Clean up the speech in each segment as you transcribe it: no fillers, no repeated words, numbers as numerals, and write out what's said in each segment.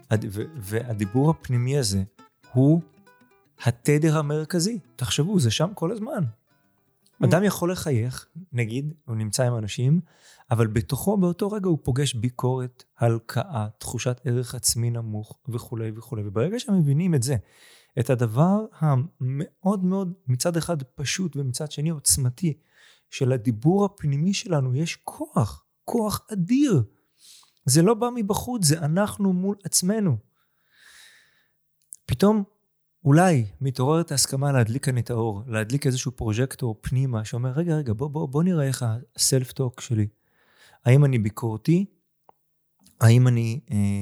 והדיבור הפנימי הזה הוא התדר המרכזי. תחשבו, זה שם כל הזמן. אדם יכול לחייך, נגיד, הוא נמצא עם אנשים, אבל בתוכו באותו רגע הוא פוגש ביקורת, הלקאה, תחושת ערך עצמי נמוך וכו' וכו'. וברגע שהם מבינים את זה, את הדבר המאוד מאוד מצד אחד פשוט ומצד שני עוצמתי, של הדיבור הפנימי שלנו יש כוח אדיר. זה לא בא מבחוץ, זה אנחנו מול עצמנו. פתאום אולי מתעוררת ההסכמה להדליק כאן את האור, להדליק איזשהו פרוז'קטור פנימה שאומר, רגע, בוא נראה איך הסלף-טוק שלי. האם אני ביקורתי? האם אני,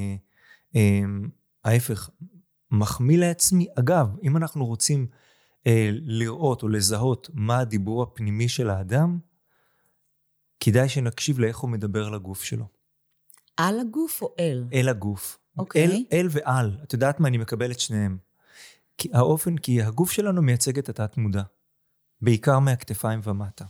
ההפך, מחמיא לעצמי? אגב, אם אנחנו רוצים לראות או לזהות מה הדיבור הפנימי של האדם, כדאי שנקשיב לאיך הוא מדבר לגוף שלו. על הגוף או אל? אל הגוף. אוקיי. אל ועל. את יודעת מה? אני מקבל את שניהם. כי הגוף שלנו מייצג את התת מודע. בעיקר מהכתפיים ומטה.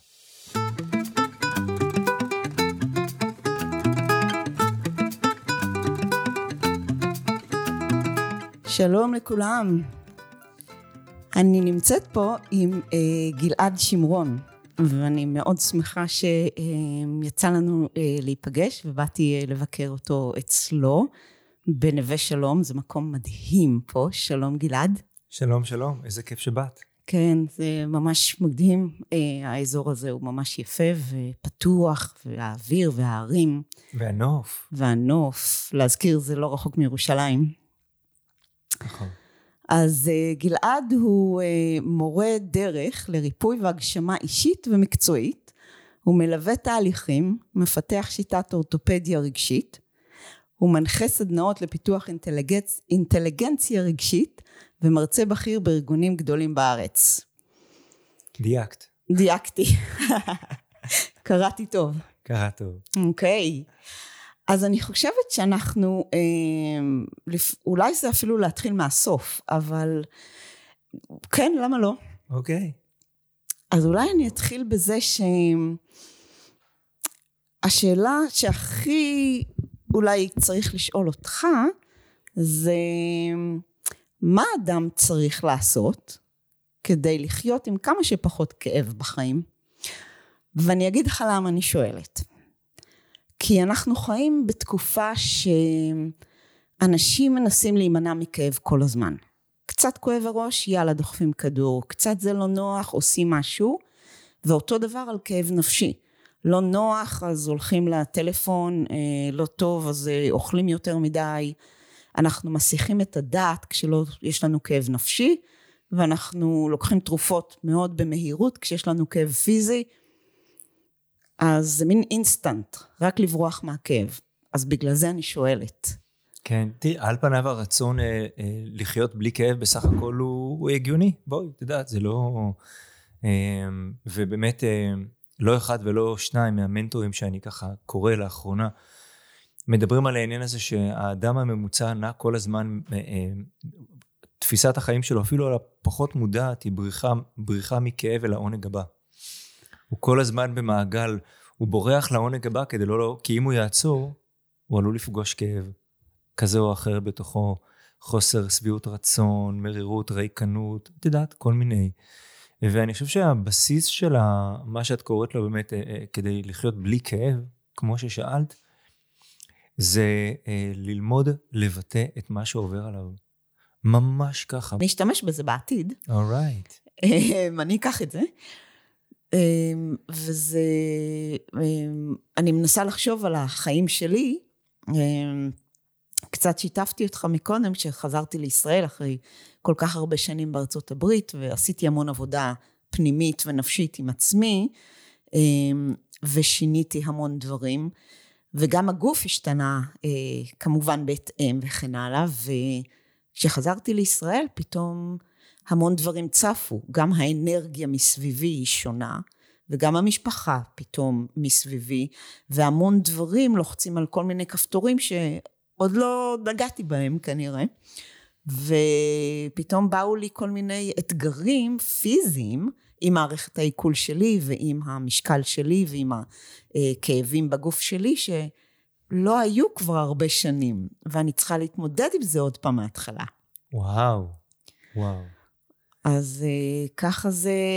שלום לכולם. אני נמצאת פה עם גלעד שמרון, ואני מאוד שמחה שיצא לנו להיפגש, ובאתי לבקר אותו אצלו בנווה שלום. זה מקום מדהים פה. שלום גלעד. שלום, איזה כיף שבאת. כן, זה ממש מדהים. האזור הזה הוא ממש יפה ופתוח, והאוויר והערים. והנוף. להזכיר, זה לא רחוק מירושלים. נכון. אז גלעד הוא מורה דרך לריפוי והגשמה אישית ומקצועית. הוא מלווה תהליכים, מפתח שיטת אורתופדיה רגשית. הוא מנחה סדנאות לפיתוח אינטליגנציה רגשית, ומרצה בכיר בארגונים גדולים בארץ. דייקתי. קראתי טוב. אוקיי. אז אני חושבת שאנחנו, אולי זה אפילו להתחיל מהסוף, אבל כן, למה לא? אוקיי. אז אולי אני אתחיל בזה שהשאלה שהכי אולי צריך לשאול אותך, זה מה אדם צריך לעשות כדי לחיות עם כמה שפחות כאב בחיים? ואני אגיד לך למה אני שואלת. כי אנחנו חיים בתקופה שאנשים מנסים להימנע מכאב כל הזמן. קצת כואב הראש, יאללה דוחפים כדור, קצת זה לא נוח, עושים משהו, ואותו דבר על כאב נפשי. לא נוח, אז הולכים לטלפון, לא טוב, אז אוכלים יותר מדי. אנחנו מסיחים את הדעת כשלא יש לנו כאב נפשי, ואנחנו לוקחים תרופות מאוד במהירות כשיש לנו כאב פיזי, אז זה מין אינסטנט, רק לברוח מהכאב. אז בגלל זה אני שואלת. כן, תראי, על פניו הרצון לחיות בלי כאב בסך הכל הוא הגיוני. בואי, תדעת, זה לא... ובאמת, לא אחד ולא שניים מהמנטורים שאני ככה קורא לאחרונה, מדברים על העניין הזה שהאדם הממוצע נע כל הזמן, תפיסת החיים שלו, אפילו על הפחות מודעת, היא בריחה מכאב אל העונג הבא. הוא כל הזמן במעגל, הוא בורח לעונג הבא כדי לא, כי אם הוא יעצור, הוא עלול לפגוש כאב, כזה או אחר בתוכו, חוסר סביעות רצון, מרירות, ריקנות, את יודעת, כל מיני. ואני חושב שהבסיס של מה שאת קוראת לו באמת, כדי לחיות בלי כאב, כמו ששאלת, זה ללמוד לבטא את מה שעובר עליו. ממש ככה. אני אשתמש בזה בעתיד. Alright. אני אקח את זה. וזה, אני מנסה לחשוב על החיים שלי. קצת שיתפתי אותך מקודם, כשחזרתי לישראל אחרי כל כך הרבה שנים בארצות הברית, ועשיתי המון עבודה פנימית ונפשית עם עצמי, ושיניתי המון דברים, וגם הגוף השתנה כמובן בהתאם וכן הלאה, וכשחזרתי לישראל פתאום המון דברים צפו, גם האנרגיה מסביבי היא שונה, וגם המשפחה פתאום מסביבי, והמון דברים לוחצים על כל מיני כפתורים שעוד לא נגעתי בהם כנראה, ופתאום באו לי כל מיני אתגרים פיזיים, עם מערכת העיכול שלי, ועם המשקל שלי, ועם הכאבים בגוף שלי, לא היו כבר הרבה שנים, ואני צריכה להתמודד עם זה עוד פעם מההתחלה. וואו. אז ככה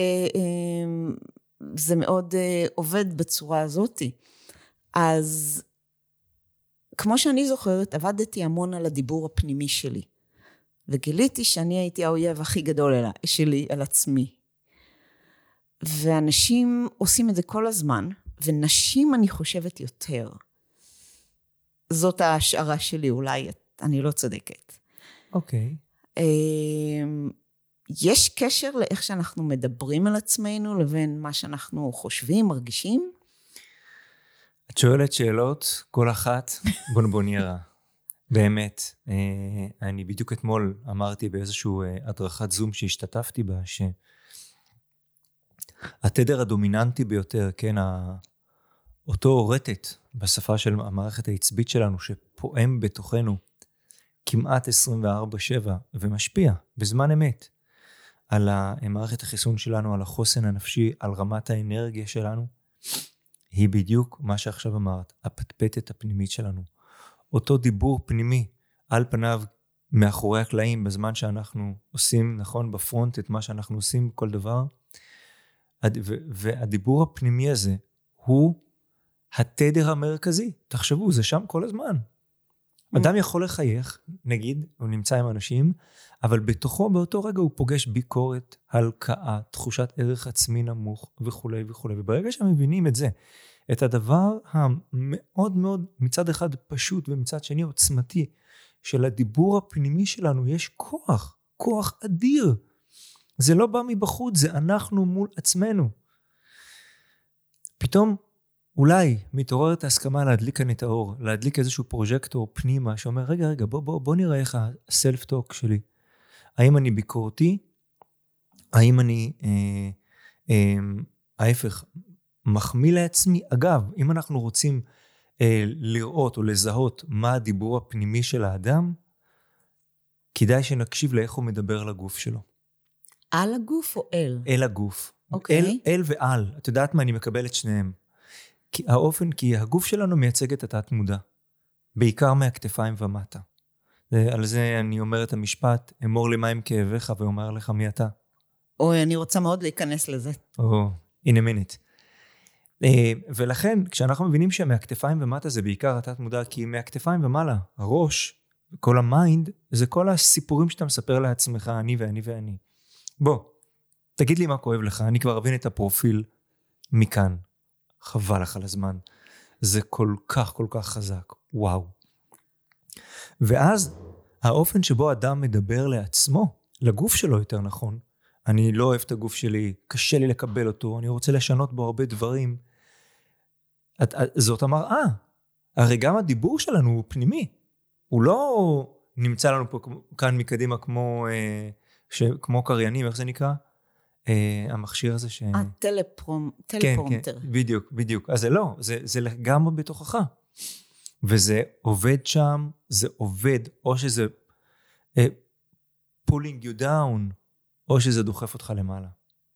זה מאוד עובד בצורה הזאת. אז כמו שאני זוכרת, עבדתי המון על הדיבור הפנימי שלי, וגיליתי שאני הייתי האויב הכי גדול שלי על עצמי. ואנשים עושים את זה כל הזמן, ונשים אני חושבת יותר. זאת ההשערה שלי, אולי אני לא צודקת. אוקיי. יש קשר לאיך שאנחנו מדברים על עצמנו, לבין מה שאנחנו חושבים, מרגישים? את שואלת שאלות, כל אחת בונבוניירה. באמת. אני בדיוק אתמול אמרתי באיזשהו הדרכת זום שהשתתפתי בה, שהתדר הדומיננטי ביותר, כן, אותו רטט בשפה של המערכת העצבית שלנו, שפועם בתוכנו כמעט 24/7 ומשפיע בזמן אמת על מערכת החיסון שלנו, על החוסן הנפשי, על רמת האנרגיה שלנו, היא בדיוק מה שעכשיו אמרת, הפטפטת הפנימית שלנו. אותו דיבור פנימי על פניו מאחורי הקלעים, בזמן שאנחנו עושים, נכון, בפרונט את מה שאנחנו עושים בכל דבר, והדיבור הפנימי הזה הוא התדר המרכזי. תחשבו, זה שם כל הזמן. אדם יכול לחייך, נגיד, הוא נמצא עם אנשים, אבל בתוכו באותו רגע הוא פוגש ביקורת, הלקאה, תחושת ערך עצמי נמוך וכו' וכו'. וברגע שמבינים את זה, את הדבר המאוד מאוד מצד אחד פשוט ומצד שני עוצמתי, של הדיבור הפנימי שלנו, יש כוח אדיר. זה לא בא מבחוץ, זה אנחנו מול עצמנו. פתאום אולי מתעוררת ההסכמה להדליק כאן את האור, להדליק איזשהו פרוז'קטור פנימה, שאומר, רגע, בוא נראה איך הסלף-טוק שלי. האם אני ביקורתי? האם אני, ההפך, מחמיא לעצמי? אגב, אם אנחנו רוצים לראות או לזהות מה הדיבור הפנימי של האדם, כדאי שנקשיב לאיך הוא מדבר לגוף שלו. על הגוף או אל? אל הגוף. אוקיי. אל ועל. את יודעת מה? אני מקבל את שניהם. כי הגוף שלנו מייצג את התת מודע. בעיקר מהכתפיים ומטה. על זה אני אומר את המשפט, אמור לי מה עם כאביך ואומר לך מי אתה. אוי, אני רוצה מאוד להיכנס לזה. in a minute. ולכן, כשאנחנו מבינים שמהכתפיים ומטה זה בעיקר התת מודע, כי מהכתפיים ומעלה, הראש, כל המיינד, זה כל הסיפורים שאתה מספר לעצמך, אני ואני ואני. בוא, תגיד לי מה כואב לך, אני כבר אבין את הפרופיל מכאן. חבל לך על הזמן. זה כל כך חזק. וואו. ואז האופן שבו אדם מדבר לעצמו, לגוף שלו יותר נכון, אני לא אוהב את הגוף שלי, קשה לי לקבל אותו, אני רוצה לשנות בו הרבה דברים. זאת המראה. הרי גם הדיבור שלנו הוא פנימי. הוא לא נמצא לנו פה כאן מקדימה כמו קריינים, איך זה נקרא? המכשיר הזה טלפרומטר. כן, בדיוק. אז זה לא, זה לגמרי בתוכך. וזה עובד שם, זה עובד, או שזה pulling you down, או שזה דוחף אותך למעלה.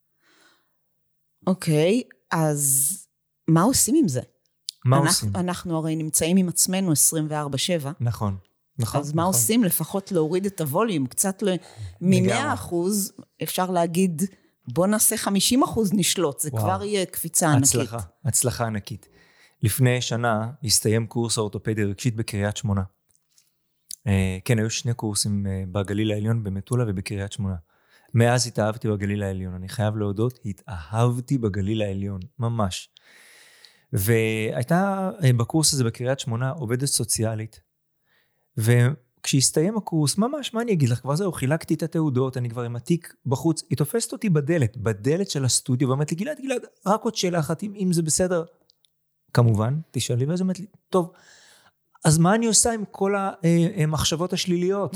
אוקיי, אז מה עושים עם זה? מה עושים? אנחנו הרי נמצאים עם עצמנו 24/7. נכון. אז מה עושים? לפחות להוריד את הווליום, קצת מ-100%, אפשר להגיד, בוא נעשה 50% נשלוט, זה כבר יהיה קפיצה ענקית. הצלחה ענקית. לפני שנה הסתיים קורס האורתופדיה רגשית בקריית שמונה. כן, היו 2 קורסים בגליל העליון, במטולה ובקריית שמונה. מאז התאהבתי בגליל העליון, אני חייב להודות, התאהבתי בגליל העליון, ממש. והייתה בקורס הזה בקריית שמונה עובדת סוציאלית, וכשהסתיים הקורס, ממש, מה אני אגיד לך? כבר זהו, חילקתי את התעודות, אני כבר עם התיק בחוץ, היא תופסת אותי בדלת של הסטודיו, ואומרת לי, גלעד, רק עוד שאלה אחת, אם זה בסדר, כמובן, תשאלי, ואז אומרת לי, טוב, אז מה אני עושה עם כל המחשבות השליליות?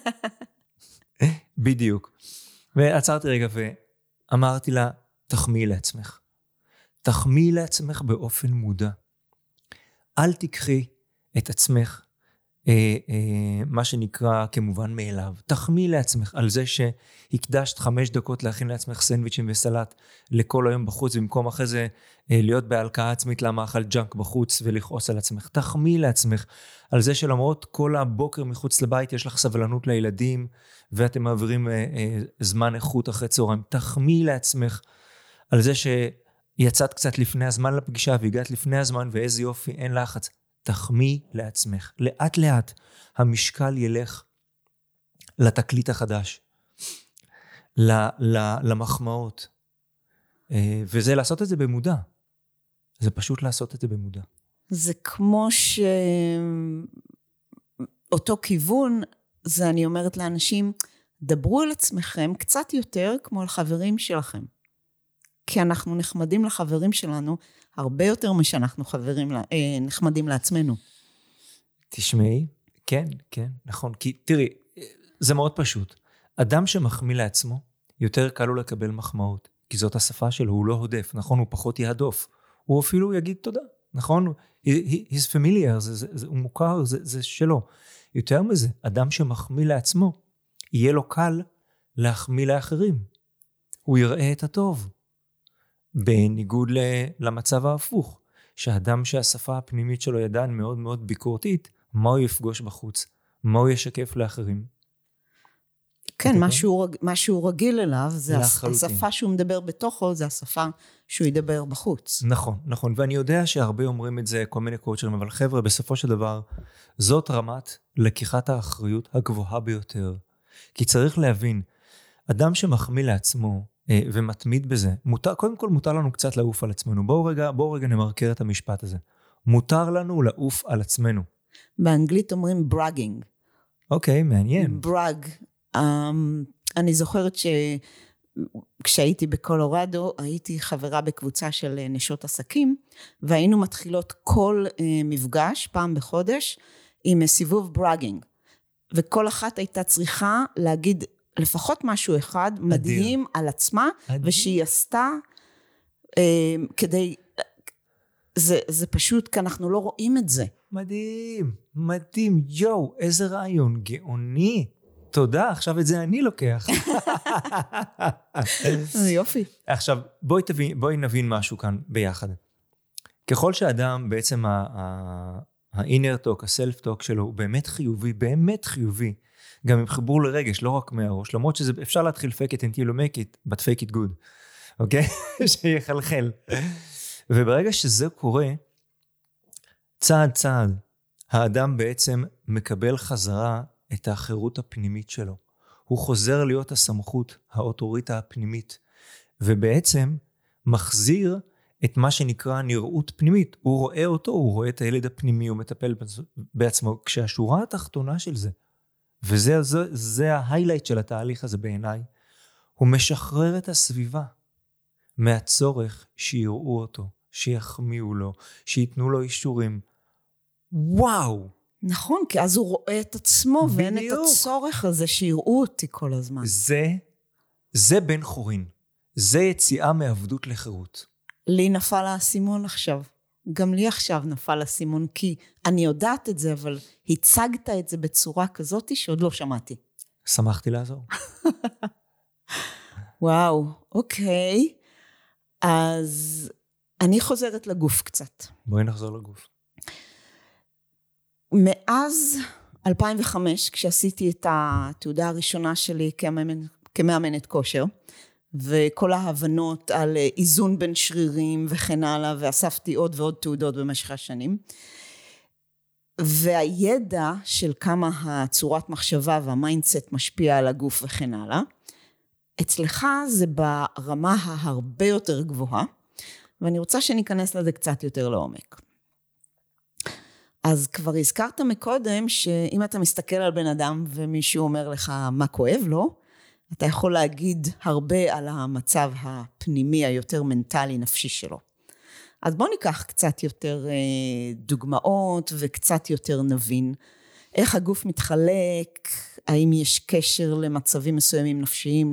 בדיוק. ועצרתי רגע ואמרתי לה, תחמיאי לעצמך. תחמיאי לעצמך באופן מודע. אל תקחי את עצמך מה שנקרא כמובן מאליו. תחמיא לעצמך על זה שהקדשת 5 דקות להכין לעצמך סנדוויצ'ים וסלט לכל היום בחוץ, במקום אחרי זה להיות בהלקאה עצמית למה אכל ג'אנק בחוץ ולכעוס על עצמך. תחמיא לעצמך על זה שלמרות כל הבוקר מחוץ לבית יש לך סבלנות לילדים, ואתם מעבירים זמן איכות אחרי צהריים. תחמיא לעצמך על זה שיצאת קצת לפני הזמן לפגישה והגעת לפני הזמן, ואיזה יופי, אין לחץ. תחמיא לעצמך. לאט לאט המשקל ילך לתקליט החדש, למחמאות. וזה לעשות את זה במודע. זה פשוט לעשות את זה במודע. זה כמו אותו כיוון, זה אני אומרת לאנשים, דברו על עצמכם קצת יותר כמו על חברים שלכם. כי אנחנו נחמדים לחברים שלנו, הרבה יותר משאנחנו נחמדים לעצמנו. תשמעי, כן, נכון. כי תראי, זה מאוד פשוט. אדם שמחמיא לעצמו, יותר קל לו לקבל מחמאות. כי זאת השפה שלו, הוא לא הודף, נכון? הוא פחות יהדוף. הוא אפילו יגיד תודה, נכון? He's familiar, הוא מוכר, זה שלו. יותר מזה, אדם שמחמיא לעצמו, יהיה לו קל להחמיא לאחרים. הוא יראה את הטוב. בניגוד למצב ההפוך, שהאדם שהשפה הפנימית שלו ידען מאוד מאוד ביקורתית, מה הוא יפגוש בחוץ? מה הוא ישקף לאחרים? כן, מה שהוא רגיל אליו, זה השפה שהוא מדבר בתוכו, זה השפה שהוא ידבר בחוץ. נכון, ואני יודע שהרבה אומרים את זה, כל מיני קואוצ'רים, אבל חבר'ה, בסופו של דבר, זאת רמת לקיחת האחריות הגבוהה ביותר. כי צריך להבין, אדם שמחמיא לעצמו, ומתמיד בזה, קודם כל מותר לנו קצת לעוף על עצמנו. בואו רגע נמרקר את המשפט הזה. מותר לנו לעוף על עצמנו. באנגלית אומרים bragging. אוקיי, מעניין. brag. אני זוכרת שכשהייתי בקולורדו, הייתי חברה בקבוצה של נשות עסקים, והיינו מתחילות כל מפגש, פעם בחודש, עם סיבוב bragging. וכל אחת הייתה צריכה להגיד לפחות משהו אחד, מדהים על עצמה, ושהיא עשתה כדי, זה פשוט, כי אנחנו לא רואים את זה. מדהים, יואו, איזה רעיון גאוני. תודה, עכשיו את זה אני לוקח. זה יופי. עכשיו, בואי נבין משהו כאן ביחד. ככל שאדם בעצם ה-inner talk, ה-self talk שלו, הוא באמת חיובי, גם עם חיבור לרגש, לא רק מהראש, למרות שזה אפשר להתחיל fake it until you make it, but fake it good, אוקיי? שיחלחל. וברגע שזה קורה, צעד צעד, האדם בעצם מקבל חזרה את האחרות הפנימית שלו. הוא חוזר להיות הסמכות, האוטוריטה הפנימית, ובעצם מחזיר את מה שנקרא נראות פנימית. הוא רואה אותו, הוא רואה את הילד הפנימי, הוא מטפל בעצמו, כשהשורה התחתונה של זה, וזה ההיילייט של התהליך הזה בעיניי, הוא משחרר את הסביבה מהצורך שיראו אותו, שיחמיאו לו, שיתנו לו אישורים. וואו! נכון, כי אז הוא רואה את עצמו, ואין את הצורך הזה שיראו אותי כל הזמן. זה בן חורין. זה יציאה מעבדות לחירות. לי נפל האסימון עכשיו. גם לי עכשיו נפל האסימון, כי אני יודעת את זה, אבל הצגת את זה בצורה כזאת שעוד לא שמעתי. שמחתי לעזור. וואו, אוקיי. אז אני חוזרת לגוף קצת. בואי נחזור לגוף. מאז 2005, כשעשיתי את התעודה הראשונה שלי כמאמנת כושר, וכל ההבנות על איזון בין שרירים וכן הלאה, ואספתי עוד ועוד תעודות במשך השנים, והידע של כמה הצורת מחשבה והמיינדסט משפיע על הגוף וכן הלאה, אצלך זה ברמה ההרבה יותר גבוהה, ואני רוצה שניכנס לזה קצת יותר לעומק. אז כבר הזכרת מקודם שאם אתה מסתכל על בן אדם ומישהו אומר לך מה כואב לו, אתה יכול להגיד הרבה על המצב הפנימי היותר מנטלי נפשי שלו. אז בוא ניקח קצת יותר דוגמאות וקצת יותר נבין איך הגוף מתחלק, האם יש קשר למצבים מסוימים נפשיים,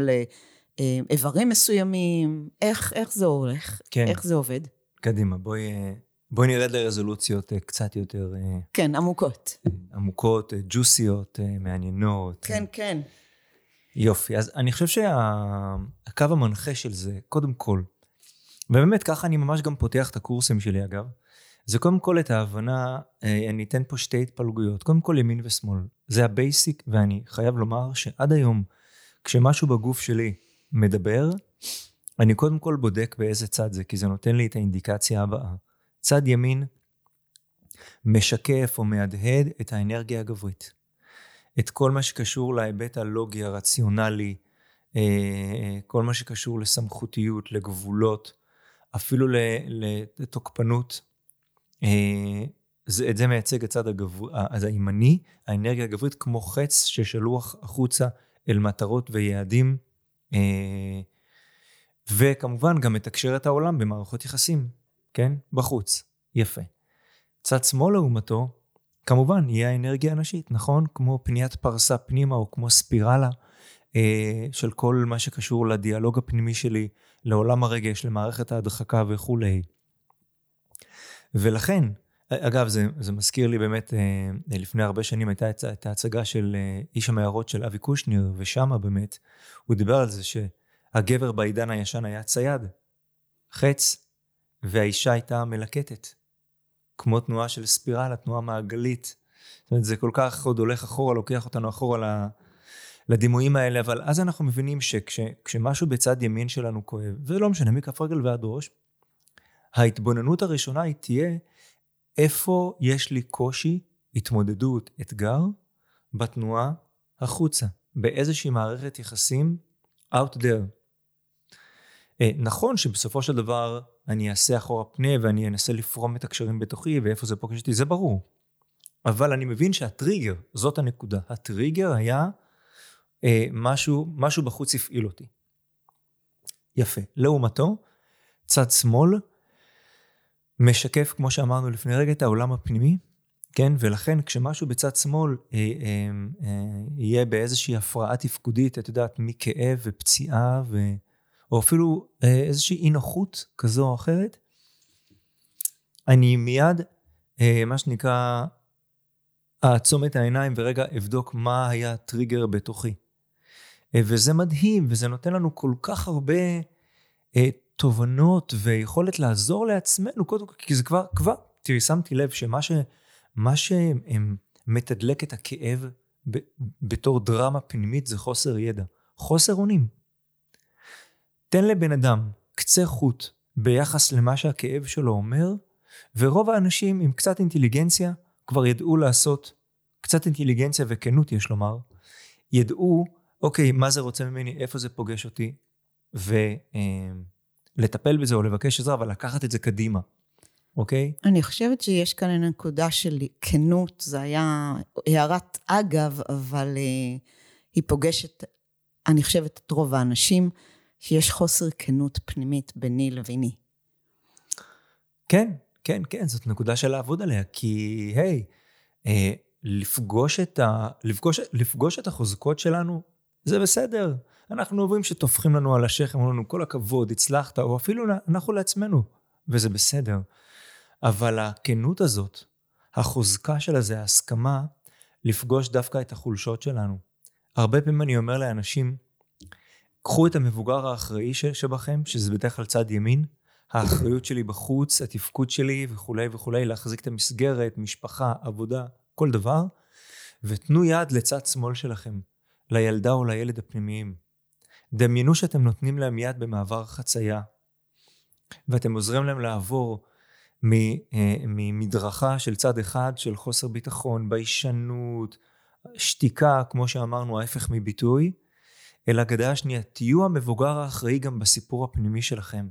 לאיברים מסוימים, איך זה הולך, כן. איך זה עובד. קדימה, בואי בואי נרד לרזולוציות קצת יותר... כן, עמוקות. עמוקות, ג'וסיות, מעניינות. כן, כן. יופי, אז אני חושב שהקו המנחה של זה, קודם כל, ובאמת ככה אני ממש גם פותח את הקורסים שלי אגב, זה קודם כל את ההבנה, אני אתן פה שתי התפלגויות, קודם כל ימין ושמאל, זה הבייסיק, ואני חייב לומר שעד היום, כשמשהו בגוף שלי מדבר, אני קודם כל בודק באיזה צד זה, כי זה נותן לי את האינדיקציה הבאה. צד ימין משקף או מהדהד את האנרגיה הגברית. את כל מה שקשור להיבט הלוגי, הרציונלי, כל מה שקשור לסמכותיות, לגבולות, אפילו לתוקפנות. את זה מייצג הצד הימני, האנרגיה הגברית כמו חץ ששלוח החוצה אל מטרות ויעדים, וכמובן גם מתקשר את העולם במערכות יחסים, כן? בחוץ. יפה. צד שמאל לעומתו, כמובן יהיה האנרגיה הנשית, נכון? כמו פניית פרסה פנימה או כמו ספירלה של כל מה שקשור לדיאלוג הפנימי שלי, לעולם הרגש, למערכת ההדחקה וכו'. ולכן, אגב, זה מזכיר לי באמת, לפני הרבה שנים הייתה את ההצגה של איש המערות של אבי קושניר, ושמה באמת, הוא דיבר על זה שהגבר בעידן הישן היה צייד, חץ, והאישה הייתה מלקטת, כמו תנועה של ספירלה, תנועה מעגלית. זאת אומרת, זה כל כך עוד הולך אחורה, לוקח אותנו אחורה לדימויים האלה, אבל אז אנחנו מבינים שכשמשהו בצד ימין שלנו כואב, ולא משנה מכף רגל ועד ראש, ההתבוננות הראשונה היא תהיה איפה יש לי קושי, התמודדות, אתגר, בתנועה החוצה, באיזושהי מערכת יחסים out there. נכון שבסופו של דבר אני אעשה אחורה פנה ואני אנסה לפרום את הקשרים בתוכי ואיפה זה פוגש אותי, זה ברור. אבל אני מבין שהטריגר, זאת הנקודה. הטריגר היה משהו בחוץ הפעיל אותי. יפה. לעומתו, צד שמאל משקף, כמו שאמרנו לפני רגע, את העולם הפנימי, כן? ולכן כשמשהו בצד שמאל יהיה באיזושהי הפרעה תפקודית, את יודעת, מכאב ופציעה או אפילו איזושהי אי נוחות כזו או אחרת, אני מיד, מה שנקרא, אעצום את העיניים ורגע אבדוק מה היה טריגר בתוכי. וזה מדהים, וזה נותן לנו כל כך הרבה תובנות ויכולת לעזור לעצמנו, כי זה כבר, תראי, שמתי לב שמה שמתדלק את הכאב בתור דרמה פנימית זה חוסר ידע, חוסר אונים. תן לבן אדם קצה חוט ביחס למה שהכאב שלו אומר, ורוב האנשים עם קצת אינטליגנציה כבר ידעו לעשות, קצת אינטליגנציה וכנות יש לומר, ידעו, אוקיי, מה זה רוצה ממני, איפה זה פוגש אותי, ולטפל בזה או לבקש עזרה, אבל לקחת את זה קדימה, אוקיי? אני חושבת שיש כאן נקודה של כנות, זה היה הערת אגב, אבל היא פוגשת, אני חושבת, את רוב האנשים, שיש חוסר כנות פנימית ביני לביני. כן, כן, כן, זאת נקודה של לעבוד עליה, כי לפגוש את החוזקות שלנו, זה בסדר. אנחנו אוהבים שתופכים לנו על השכם, אומרים לנו כל הכבוד, הצלחת, או אפילו אנחנו לעצמנו, וזה בסדר. אבל הכנות הזאת, החוזקה שלה זה ההסכמה, לפגוש דווקא את החולשות שלנו. הרבה פעמים אני אומר לאנשים, קחו את המבוגר האחראי שבכם, שזה בדרך כלל צד ימין, האחריות שלי בחוץ, התפקוד שלי וכו' וכו', להחזיק את המסגרת, משפחה, עבודה, כל דבר, ותנו יד לצד שמאל שלכם, לילדה או לילד הפנימיים. דמיינו שאתם נותנים להם יד במעבר חצייה, ואתם עוזרים להם לעבור ממדרכה של צד אחד, של חוסר ביטחון, ביישנות, שתיקה, כמו שאמרנו, ההפך מביטוי, אלא גדה השנייה, תהיו המבוגר האחראי גם בסיפור הפנימי שלכם.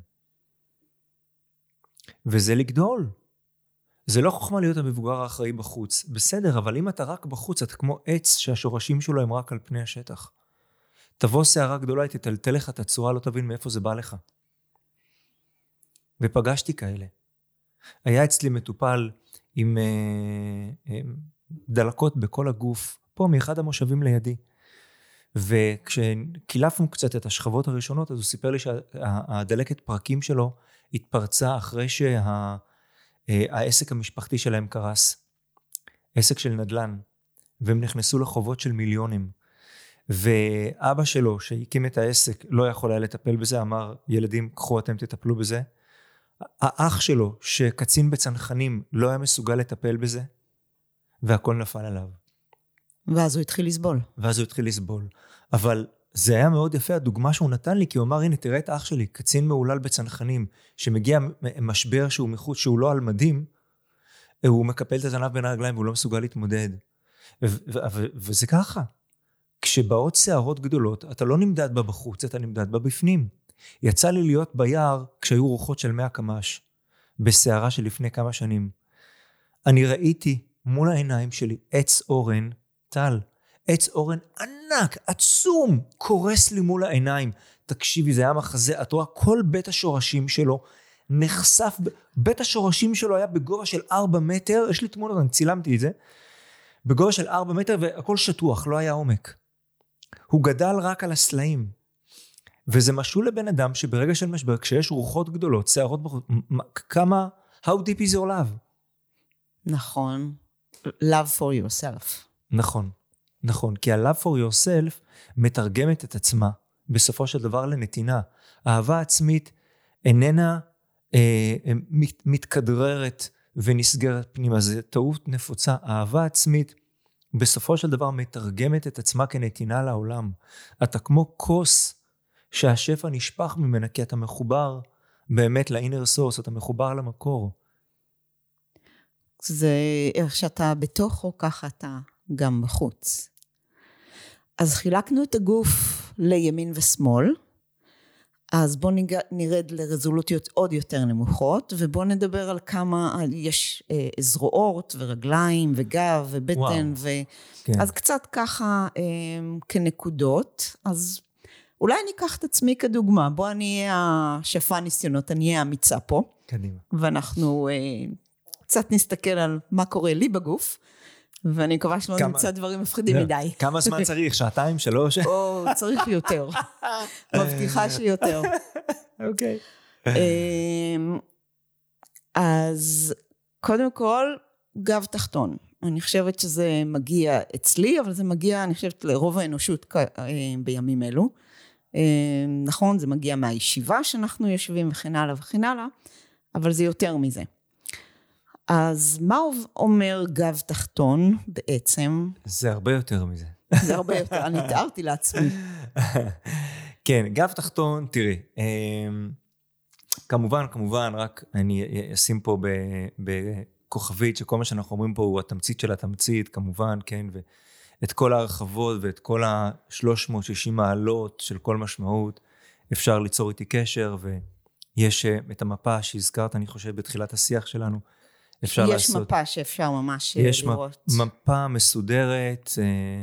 וזה לגדול. זה לא חוכמה להיות המבוגר האחראי בחוץ. בסדר, אבל אם אתה רק בחוץ, אתה כמו עץ שהשורשים שלו הם רק על פני השטח. תבוא שערה גדולה, תטלטל לך את הצורה, לא תבין מאיפה זה בא לך. ופגשתי כאלה. היה אצלי מטופל עם דלקות בכל הגוף, פה מאחד המושבים לידי. וכשקילפנו קצת את השכבות הראשונות, אז הוא סיפר לי שהדלקת פרקים שלו התפרצה אחרי העסק המשפחתי שלהם קרס, עסק של נדל"ן, והם נכנסו לחובות של מיליונים, ואבא שלו שהקים את העסק לא יכול היה לטפל בזה, אמר ילדים קחו אתם תטפלו בזה, האח שלו שקצין בצנחנים לא היה מסוגל לטפל בזה, והכל נפל עליו. ואז הוא התחיל לסבול. אבל זה היה מאוד יפה הדוגמה שהוא נתן לי, כי הוא אמר הנה תראה את האח שלי, קצין מעולל בצנחנים, שמגיע משבר שהוא מחוץ, שהוא לא על מדים, הוא מקפל את הזנב בין הרגליים והוא לא מסוגל להתמודד. וזה ככה. כשבאות שערות גדולות, אתה לא נמדד בה בחוץ, אתה נמדד בה בפנים. יצא לי להיות ביער כשהיו רוחות של 100 קמ"ש, בשערה של לפני כמה שנים. אני ראיתי מול העיניים שלי עץ אורן, טל, עץ אורן ענק, עצום, קורס לי מול העיניים. תקשיבי, זה היה מחזה, את רואה כל בית השורשים שלו, נחשף, בית השורשים שלו היה בגובה של 4 מטר, יש לי תמונות, אני צילמתי את זה, בגובה של 4 מטר והכל שטוח, לא היה עומק. הוא גדל רק על הסלעים. וזה משהו לבן אדם שברגע של משבר, כשיש רוחות גדולות, שערות בחוץ, כמה, how deep is your love? נכון. love for yourself. נכון. כי ה-love for yourself מתרגמת את עצמה, בסופו של דבר לנתינה. אהבה עצמית איננה מתכדררת ונסגרת פנימה. זה טעות נפוצה. אהבה עצמית בסופו של דבר מתרגמת את עצמה כנתינה לעולם. אתה כמו כוס שהשפע נשפך ממנה, כי אתה מחובר באמת לאינר סורס, אתה מחובר למקור. זה איך שאתה בתוכו, ככה אתה גם בחוץ. אז חילקנו את הגוף לימין ושמאל, אז בואו נרד לרזולוציות עוד יותר נמוכות, ובואו נדבר על כמה, יש זרועות ורגליים וגב ובטן, כן. אז קצת ככה כנקודות, אז אולי אני אקח את עצמי כדוגמה, בואו אני אהיה השפע ניסיונות, אני אהיה אמיצה פה, קדימה. ואנחנו קצת נסתכל על מה קורה לי בגוף, ואני מקווה שלא נמצא דברים מפחידים מדי. כמה זמן צריך? 2, 3? או, צריך יותר. מבטיחה שיותר. אוקיי. אז קודם כל, גב תחתון. אני חושבת שזה מגיע אצלי, אבל זה מגיע, אני חושבת, לרוב האנושות בימים אלו. נכון, זה מגיע מהישיבה שאנחנו יושבים וכן הלאה וכן הלאה, אבל זה יותר מזה. אז מה אומר גב תחתון בעצם? זה הרבה יותר מזה. זה הרבה יותר, אני תיארתי לעצמי. כן, גב תחתון, תראי, כמובן, רק אני אשים פה בכוכבית, שכל מה שאנחנו אומרים פה הוא התמצית של התמצית, כמובן, כן, ואת כל ההרחבות ואת כל ה-360 מעלות של כל משמעות, אפשר ליצור איתי קשר, ויש את המפה שהזכרת, אני חושב, בתחילת השיח שלנו, אפשר יש לעשות. מפה שאפשר ממש יש לראות. יש מפה מסודרת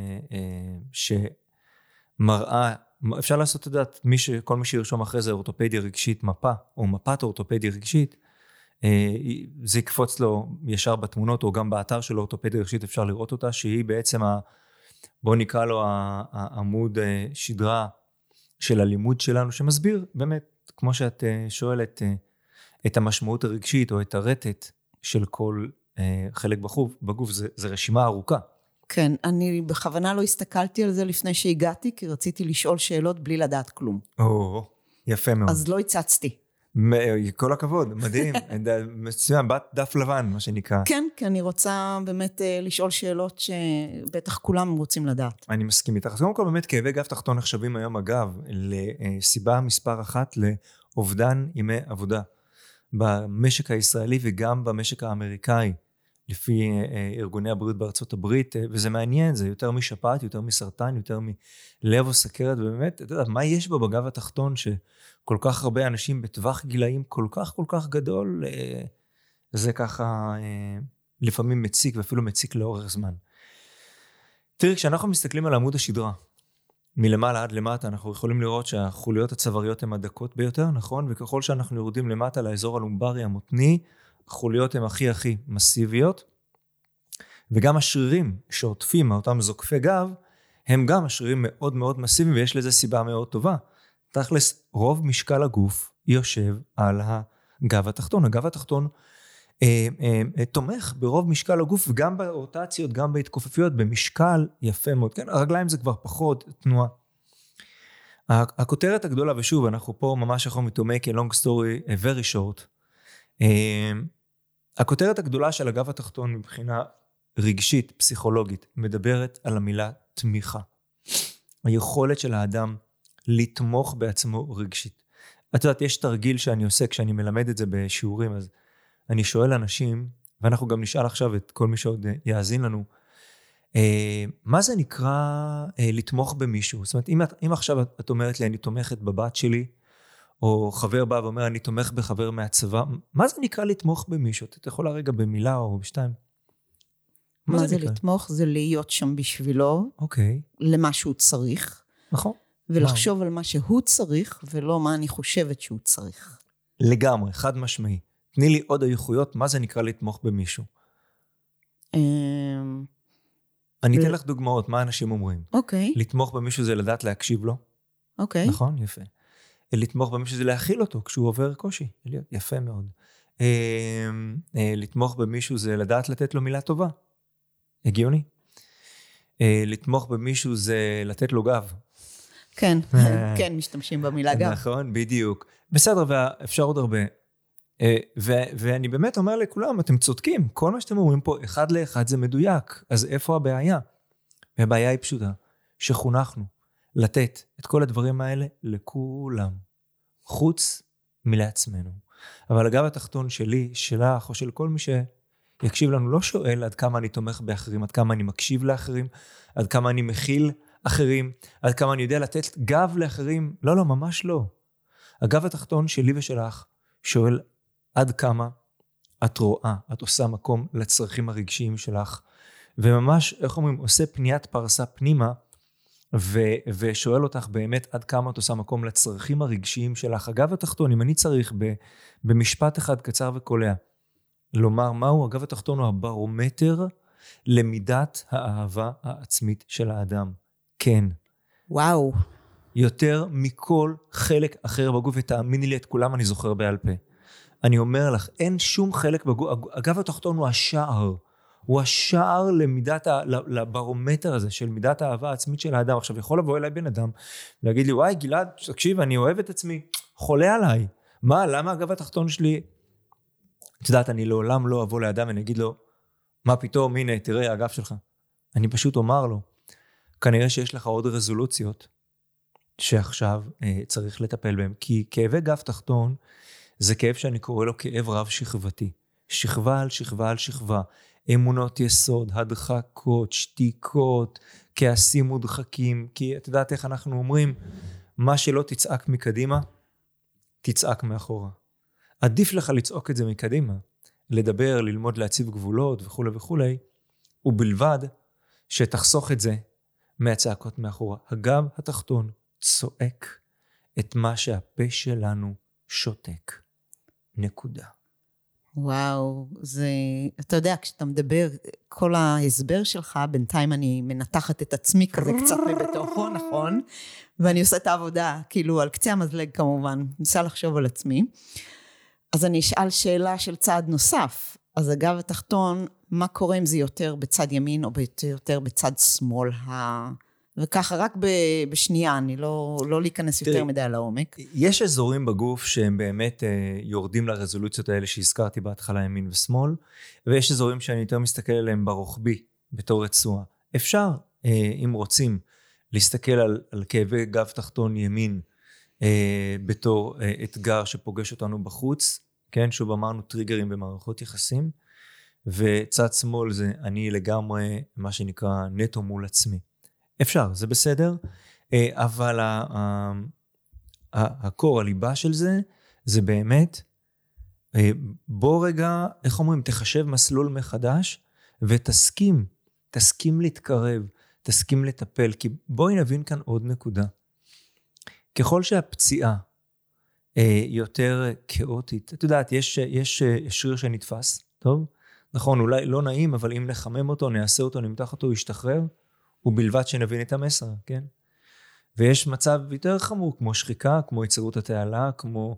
שמראה, אפשר לעשות את דעת, כל מי שירשום אחרי זה אורתופדיה רגשית מפה, או מפת אורתופדיה רגשית, זה יקפוץ לו ישר בתמונות, או גם באתר של אורתופדיה רגשית אפשר לראות אותה, שהיא בעצם, בוא נקרא לו העמוד שדרה של הלימוד שלנו, שמסביר באמת, כמו שאת שואלת, את המשמעות הרגשית, או את הרטט, של כל חלק בגוף, זה רשימה ארוכה. כן, אני בכוונה לא הסתכלתי על זה לפני שהגעתי, כי רציתי לשאול שאלות בלי לדעת כלום. יפה מאוד. אז לא הצצתי. כל הכבוד, מדהים, מצוין, בת דף לבן, מה שנקרא. כן, כי אני רוצה באמת לשאול שאלות שבטח כולם רוצים לדעת. אני מסכים איתך. אז קודם כל באמת כאבי גב תחתון נחשבים היום אגב, לסיבה מספר 1 לאובדן ימי עבודה. במשק הישראלי וגם במשק האמריקאי, לפי ארגוני הבריאות בארצות הברית, וזה מעניין, זה יותר משפעת, יותר מסרטן, יותר מלב או סכרת, ובאמת, אתה יודע, מה יש בו בגב התחתון, שכל כך הרבה אנשים בטווח גילאים כל כך גדול, זה ככה לפעמים מציק, ואפילו מציק לאורך זמן. תראי, כשאנחנו מסתכלים על עמוד השדרה, מלמעלה עד למטה, אנחנו יכולים לראות שהחוליות הצוואריות הן הדקות ביותר, נכון? וככל שאנחנו יורדים למטה לאזור הלומברי המותני, החוליות הן הכי מסיביות, וגם השרירים שעוטפים מאותם זוקפי גב, הם גם השרירים מאוד מאוד מסיביים, ויש לזה סיבה מאוד טובה. תכלס, רוב משקל הגוף יושב על הגב התחתון. הגב התחתון תומך ברוב משקל הגוף, גם ברוטציות, גם בהתכופפויות, במשקל יפה מאוד. כן, הרגליים זה כבר פחות תנועה. הכותרת הגדולה, ושוב, אנחנו פה ממש יכולים to make a long story very short. הכותרת הגדולה של הגב התחתון מבחינה רגשית, פסיכולוגית, מדברת על המילה תמיכה. היכולת של האדם לתמוך בעצמו רגשית. את יודעת, יש תרגיל שאני עושה כשאני מלמד את זה בשיעורים, אז אני שואל אנשים, ואנחנו גם נשאל עכשיו את כל מי שעוד יאזין לנו, מה זה נקרא לתמוך במישהו? זאת אומרת, אם עכשיו את אומרת לי, אני תומכת בבת שלי, או חבר בא ואומר, אני תומך בחבר מהצבא, מה זה נקרא לתמוך במישהו? אתה יכול רגע במילה או בשתיים? מה זה לתמוך? זה להיות שם בשבילו, אוקיי. למה שהוא צריך. נכון. ולחשוב על מה שהוא צריך, ולא מה אני חושבת שהוא צריך. לגמרי, חד משמעי. תני לי עוד איכויות, מה זה נקרא לתמוך במישהו? אני אתן לך דוגמאות, מה אנשים אומרים. אוקיי. לתמוך במישהו זה לדעת להקשיב לו. אוקיי. נכון? יפה. לתמוך במישהו זה להכיל אותו כשהוא עובר קושי. יפה מאוד. לתמוך במישהו זה לדעת לתת לו מילה טובה. הגיוני. לתמוך במישהו זה לתת לו גב. כן, כן, משתמשים במילה גב. נכון, בדיוק. בסדר, ואפשר עוד הרבה. ואני באמת אומר לכולם, אתם צודקים, כל מה שאתם אומרים פה, אחד לאחד זה מדויק. אז איפה הבעיה? הבעיה היא פשוטה, שחונכנו לתת את כל הדברים האלה לכולם, חוץ מלעצמנו. אבל הגב התחתון שלי, שלך, או של כל מי שיקשיב לנו, לא שואל עד כמה אני תומך באחרים, עד כמה אני מקשיב לאחרים, עד כמה אני מכיל אחרים, עד כמה אני יודע לתת גב לאחרים. לא, ממש לא. הגב התחתון שלי ושלך שואל עד כמה את רואה, את עושה מקום לצרכים הרגשיים שלך, וממש, איך אומרים, עושה פניית פרסה פנימה, ושואל אותך באמת עד כמה את עושה מקום לצרכים הרגשיים שלך. הגב התחתון, אם אני צריך במשפט אחד קצר וקולע, לומר מהו, הגב התחתון הוא הברומטר למידת האהבה העצמית של האדם. כן. וואו. יותר מכל חלק אחר בגוף, ותאמיני לי, את כולם אני זוכר בעל פה. אני אומר לך, אין שום חלק בגוף, הגב התחתון הוא השער, הוא השער לברומטר הזה, של מידת האהבה העצמית של האדם. עכשיו, יכול לבוא אליי בן אדם, להגיד לי, וואי, גלעד, תקשיב, אני אוהב את עצמי, חולה עליי. מה, למה הגב התחתון שלי? את יודעת, אני לעולם לא אבוא לאדם, ואני אגיד לו, מה פתאום, הנה, תראה, הגב שלך. אני פשוט אומר לו, כנראה שיש לך עוד רזולוציות, שעכשיו צריך לטפל בהם, כי כאבי גב תחתון, זה כאב שאני קורא לו כאב רב שכבתי. שכבה על שכבה על שכבה. אמונות יסוד, הדחקות, שתיקות, כעסים מודחקים. כי את יודעת איך אנחנו אומרים, מה שלא תצעק מקדימה, תצעק מאחורה. עדיף לך לצעוק את זה מקדימה. לדבר, ללמוד להציב גבולות וכו' וכו', ובלבד שתחסוך את זה מהצעקות מאחורה. הגב התחתון צועק את מה שהפה שלנו שותק. נקודה. וואו, זה, אתה יודע, כשאתה מדבר, כל ההסבר שלך, בינתיים אני מנתחת את עצמי כזה קצת מבתוכו, נכון? ואני עושה את העבודה, כאילו על קצה המזלג כמובן, ניסה לחשוב על עצמי. אז אני אשאל שאלה של צעד נוסף. אז הגב התחתון, מה קורה אם זה יותר בצד ימין או יותר בצד שמאל? וככה רק בשנייה, אני לא להיכנס יותר מדי לעומק. יש אזורים בגוף שהם באמת יורדים לרזולוציות האלה שהזכרתי בהתחלה, ימין ושמאל, ויש אזורים שאני יותר מסתכל עליהם ברוחבי, בתור רצועה. אפשר, אם רוצים, להסתכל על כאבי גב תחתון ימין, בתור אתגר שפוגש אותנו בחוץ, כן, שוב אמרנו טריגרים במערכות יחסים, וצד שמאל זה אני לגמרי מה שנקרא נטו מול עצמי. אפשר, זה בסדר, אבל הקור, הליבה של זה, זה באמת, בוא רגע, איך אומרים, תחשב מסלול מחדש, ותסכים להתקרב, תסכים לטפל, כי בואי נבין כאן עוד נקודה. ככל שהפציעה יותר כאוטית, את יודעת, יש שריר שנתפס, טוב? נכון, אולי לא נעים, אבל אם נחמם אותו, נעשה אותו, נמתח אותו, ישתחרר, ובלבד שנבין את המסר, כן? ויש מצב יותר חמור, כמו שחיקה, כמו יצירות התעלה, כמו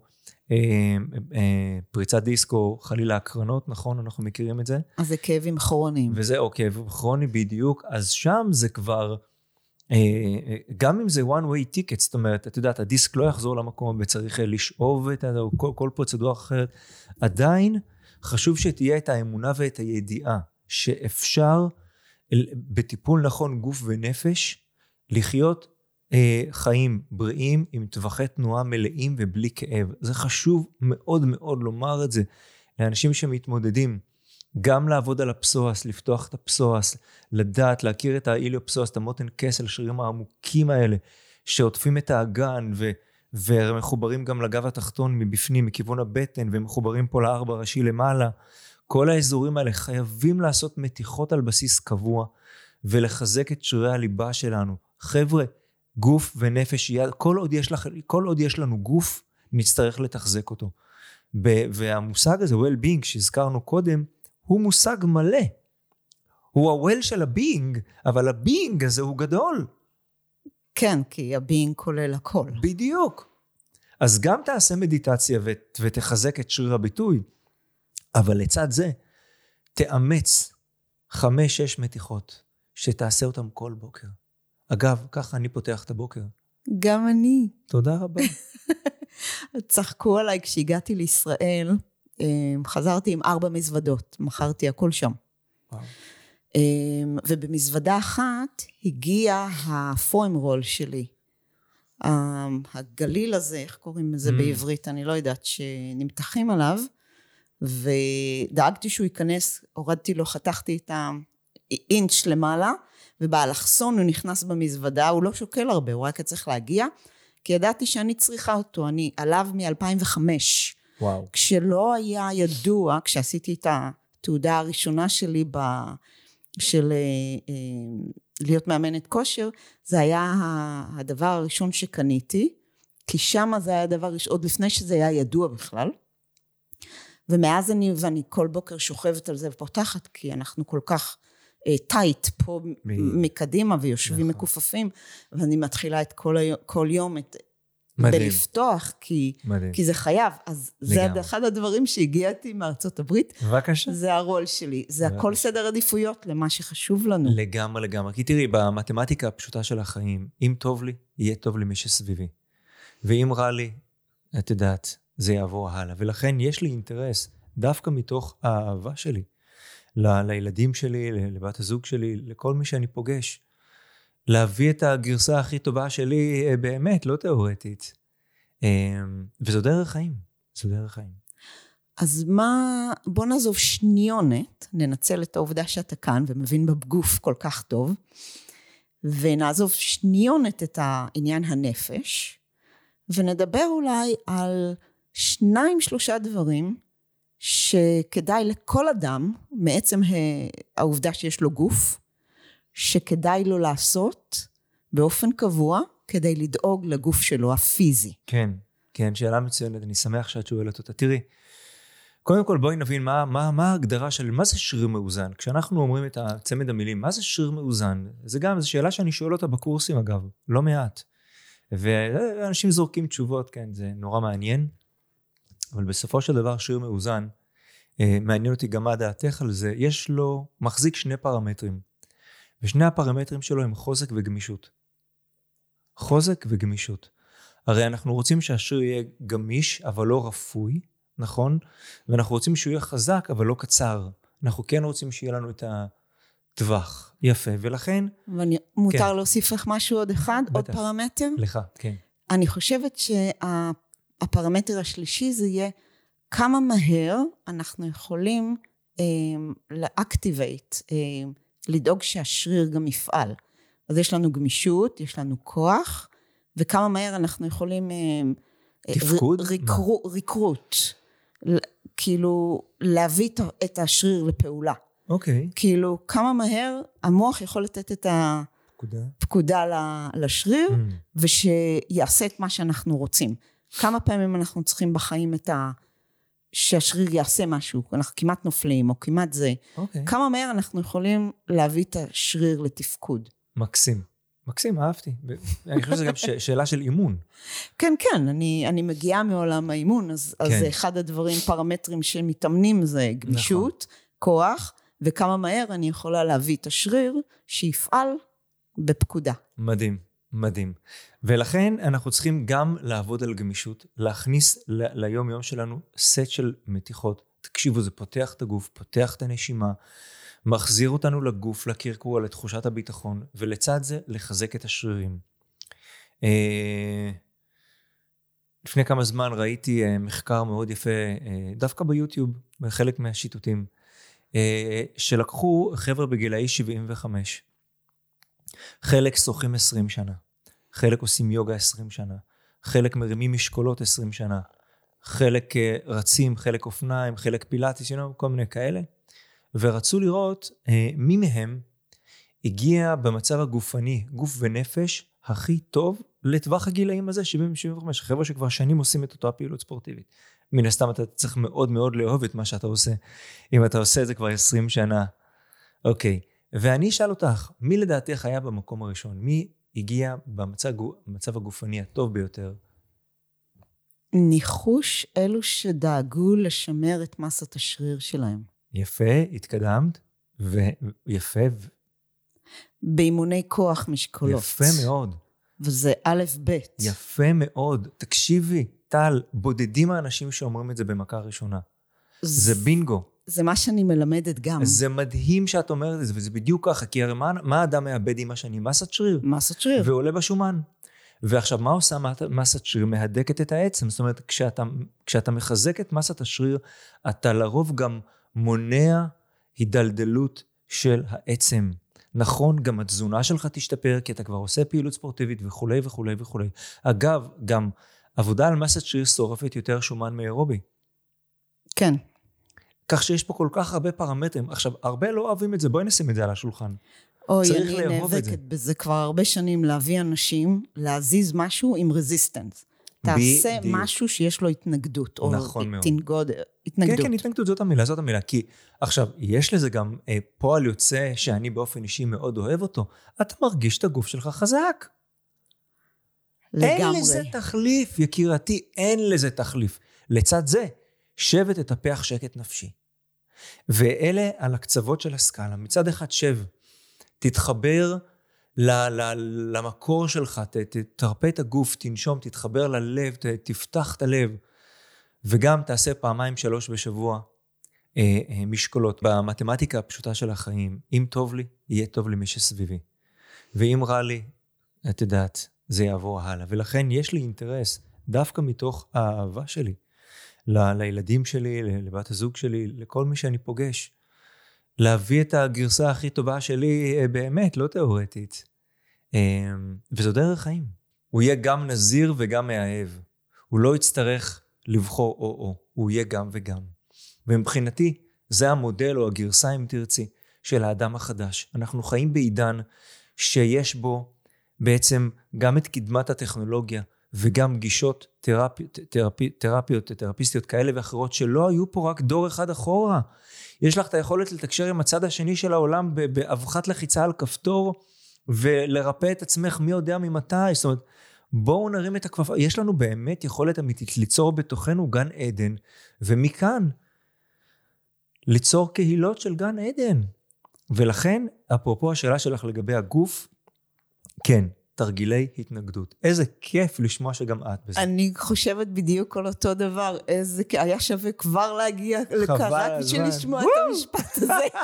פריצת דיסק או חלילה הקרנות, נכון? אנחנו מכירים את זה. אז זה כאבים כרוניים. וזה או כאב כרוני בדיוק, אז שם זה כבר, גם אם זה one way ticket, זאת אומרת, את יודעת, הדיסק לא יחזור למקום וצריך לשאוב את זה, או כל פרוצדורה אחרת, עדיין חשוב שתהיה את האמונה ואת הידיעה, שאפשר בטיפול נכון גוף ונפש, לחיות חיים בריאים עם טווחי תנועה מלאים ובלי כאב. זה חשוב מאוד מאוד לומר את זה לאנשים שמתמודדים, גם לעבוד על הפסואס, לפתוח את הפסואס, לדעת, להכיר את האיליופסואס, את המותן כסל, השרירים העמוקים האלה, שעוטפים את האגן ומחוברים גם לגב התחתון מבפנים, מכיוון הבטן, ומחוברים פה לארבע ראשי למעלה. כל האזורים האלה חייבים לעשות מתיחות על בסיס קבוע, ולחזק את שרירי הליבה שלנו. חבר'ה, גוף ונפש יד, כל עוד יש לנו גוף, נצטרך לתחזק אותו. והמושג הזה, well-being, שהזכרנו קודם, הוא מושג מלא. הוא ה-well של ה-being, אבל ה-being הזה הוא גדול. כן, כי ה-being כולל הכל. בדיוק. אז גם תעשה מדיטציה ותחזק את שריר הביטוי, אבל לצד זה, תאמץ 5-6 מתיחות, שתעשה אותם כל בוקר. אגב, ככה אני פותח את הבוקר. גם אני. תודה רבה. צחקו עליי כשהגעתי לישראל, חזרתי עם 4 מזוודות, מכרתי הכל שם. וואו. ובמזוודה אחת הגיע הפוים רול שלי. הגליל הזה, איך קוראים לזה בעברית, אני לא יודעת, שנמתחים עליו, ודאגתי שהוא ייכנס, הורדתי לו, חתכתי את האינץ' למעלה, ובאלכסון הוא נכנס במזוודה, הוא לא שוקל הרבה, הוא רק צריך להגיע, כי ידעתי שאני צריכה אותו, אני עליו מ-2005, וואו. כשלא היה ידוע, כשעשיתי את התעודה הראשונה שלי, של להיות מאמנת כושר, זה היה הדבר הראשון שקניתי, כי שם זה היה הדבר ראשון, עוד לפני שזה היה ידוע בכלל, ומאז ואני כל בוקר שוכבת על זה ופותחת, כי אנחנו כל כך טייט פה מקדימה, ויושבים מקופפים, ואני מתחילה את כל יום בלפתוח, כי זה חייב. אז זה אחד הדברים שהגיעתי מארצות הברית, זה הרול שלי, זה הכל סדר עדיפויות למה שחשוב לנו. לגמרי. כי תראי, במתמטיקה הפשוטה של החיים, אם טוב לי, יהיה טוב למי שסביבי. ואם רע לי, את יודעת, זה יעבור הלאה. ולכן יש לי אינטרס, דווקא מתוך האהבה שלי, לילדים שלי, לבת הזוג שלי, לכל מי שאני פוגש, להביא את הגרסה הכי טובה שלי באמת, לא תיאורטית. וזו דרך חיים. אז בוא נעזוב שניונת, ננצל את העובדה שאתה כאן ומבין בגוף כל כך טוב, ונעזוב שניונת את העניין הנפש, ונדבר אולי על 2-3 דברים שכדאי לכל אדם, מעצם העובדה שיש לו גוף, שכדאי לו לעשות באופן קבוע, כדי לדאוג לגוף שלו, הפיזי. כן, שאלה מצוינת, אני שמח שאת שואלת אותה. תראי, קודם כל בואי נבין מה ההגדרה של מה זה שריר מאוזן. כשאנחנו אומרים את צמד המילים, מה זה שריר מאוזן? זה גם, זו שאלה שאני שואל אותה בקורסים אגב, לא מעט. ואנשים זורקים תשובות, כן, זה נורא מעניין. אבל בסופו של דבר שריר מאוזן, מעניין אותי גם מה דעתך על זה, יש לו, מחזיק 2 פרמטרים. ושני הפרמטרים שלו הם חוזק וגמישות. חוזק וגמישות. הרי אנחנו רוצים שהשריר יהיה גמיש, אבל לא רפוי, נכון? ואנחנו רוצים שהוא יהיה חזק, אבל לא קצר. אנחנו כן רוצים שיהיה לנו את הטווח. יפה, ולכן... מותר להוסיף לך משהו עוד אחד? עוד פרמטר? לך, כן. אני חושבת שהפרמטר השלישי זה יהיה כמה מהר אנחנו יכולים לאקטיבייט, לדאוג שהשריר גם יפעל. אז יש לנו גמישות, יש לנו כוח, וכמה מהר אנחנו יכולים... תפקוד? ריקרוט. כאילו, להביא את השריר לפעולה. אוקיי. כאילו, כמה מהר המוח יכול לתת את הפקודה לשריר, ושיעשה את מה שאנחנו רוצים. כמה פעמים אנחנו צריכים בחיים שהשריר יעשה משהו, אנחנו כמעט נופלים, או כמעט זה. כמה מהר אנחנו יכולים להביא את השריר לתפקוד. מקסים. מקסים, אהבתי. אני חושב שזה גם שאלה של אימון. כן, כן, אני מגיעה מעולם האימון, אז זה אחד הדברים, פרמטרים שמתאמנים זה גמישות, כוח, וכמה מהר אני יכולה להביא את השריר שיפעל בפקודה. מדהים, מדהים. ולכן אנחנו צריכים גם לעבוד על גמישות, להכניס ליום יום שלנו סט של מתיחות. תקשיבו, זה פותח את הגוף, פותח את הנשימה, מחזיר אותנו לגוף, לקרקוע, לתחושת הביטחון, ולצד זה לחזק את השרירים. לפני כמה זמן ראיתי מחקר מאוד יפה, דווקא ביוטיוב, בחלק מהשיטוטים, שלקחו חבר'ה בגילאי 75. חלק שוחים 20 שנה, חלק עושים יוגה 20 שנה, חלק מרימים משקולות 20 שנה, חלק רצים, חלק אופניים, חלק פילאטיס, כל מיני כאלה, ורצו לראות מי מהם הגיע במצב הגופני, גוף ונפש, הכי טוב לטווח הגילאים הזה, 70-75, חבר'ה שכבר שנים עושים את אותה פעילות ספורטיבית. מן הסתם אתה צריך מאוד מאוד לאהוב את מה שאתה עושה, אם אתה עושה את זה כבר 20 שנה. אוקיי, ואני אשאל אותך, מי לדעתך היה במקום הראשון? מי הגיע במצב הגופני הטוב ביותר? ניחוש אלו שדאגו לשמר את מסת השריר שלהם. יפה, התקדמת, ויפה. באימוני כוח משקולות. יפה מאוד. וזה א' ב'. יפה מאוד. תקשיבי, טל, בודדים האנשים שאומרים את זה במכה ראשונה. זה בינגו. זה מה שאני מלמדת גם. זה מדהים שאת אומרת את זה, וזה בדיוק ככה, כי הרי מה האדם מאבד עם השני? מסת שריר. מסת שריר. ועולה בשומן. ועכשיו, מה עושה מסת שריר? מהדקת את העצם. זאת אומרת, כשאתה מחזק את מסת השריר, אתה לרוב גם מונע הידלדלות של העצם. נכון, גם התזונה שלך תשתפר, כי אתה כבר עושה פעילות ספורטיבית וכו' וכו' וכו'. אגב, גם עבודה על מסת שריר שורפת יותר שומן מאירובי. כן. כך שיש פה כל כך הרבה פרמטרים. עכשיו, הרבה לא אוהבים את זה, בואי נשים את זה על השולחן. אוי, אני נאבקת בזה כבר הרבה שנים, להביא אנשים, להזיז משהו עם רזיסטנס. תעשה משהו שיש לו התנגדות, או התנגדות. כן, כן, התנגדות, זאת המילה. כי עכשיו, יש לזה גם פועל יוצא שאני באופן אישי מאוד אוהב אותו. אתה מרגיש את הגוף שלך חזק. לגמרי. אין לזה תחליף, יקירתי, אין לזה תחליף. לצד זה, שבת את הפח שקט נפשי. ואלה על הקצוות של הסקאלה. מצד אחד שב, תתחבר למקור שלך, תרפא את הגוף, תנשום, תתחבר ללב, תפתח את הלב, וגם תעשה 2-3 בשבוע משקולות. במתמטיקה הפשוטה של החיים, אם טוב לי, יהיה טוב למי שסביבי. ואם רע לי, את יודעת, זה יעבור הלאה. ולכן יש לי אינטרס, דווקא מתוך האהבה שלי, לילדים שלי, לבת הזוג שלי, לכל מי שאני פוגש, להביא את הגרסה הכי טובה שלי באמת, לא תיאורטית. וזו דרך חיים. הוא יהיה גם נזיר וגם מאהב. הוא לא יצטרך לבחור או. הוא יהיה גם וגם. ומבחינתי, זה המודל או הגרסה, אם תרצי, של האדם החדש. אנחנו חיים בעידן שיש בו בעצם גם את קדמת הטכנולוגיה, וגם גישות תרפיסטיות כאלה ואחרות, שלא היו פה רק דור אחד אחורה. יש לך את היכולת לתקשר עם הצד השני של העולם, באבחת לחיצה על כפתור, ולרפא את עצמך מי יודע ממתי. זאת אומרת, בואו נרים את הכפפה. יש לנו באמת יכולת אמיתית ליצור בתוכנו גן עדן, ומכאן ליצור קהילות של גן עדן. ולכן, אפרופו השאלה שלך לגבי הגוף, כן, תרגילי התנגדות. איזה כיף לשמוע שגם את בזה. אני חושבת בדיוק על אותו דבר. היה שווה כבר להגיע לקראת בשביל לשמוע את המשפט הזה.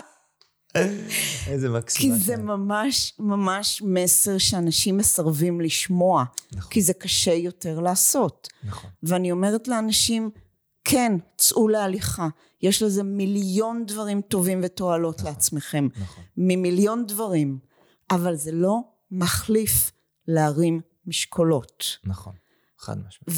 איזה מקסימה. כי זה ממש ממש מסר שאנשים מסרבים לשמוע. כי זה קשה יותר לעשות. ואני אומרת לאנשים, כן, צאו להליכה. יש לזה מיליון דברים טובים ותועלות לעצמכם. ממיליון דברים. אבל זה לא מחליף להרים משקולות. נכון, חד משמעית.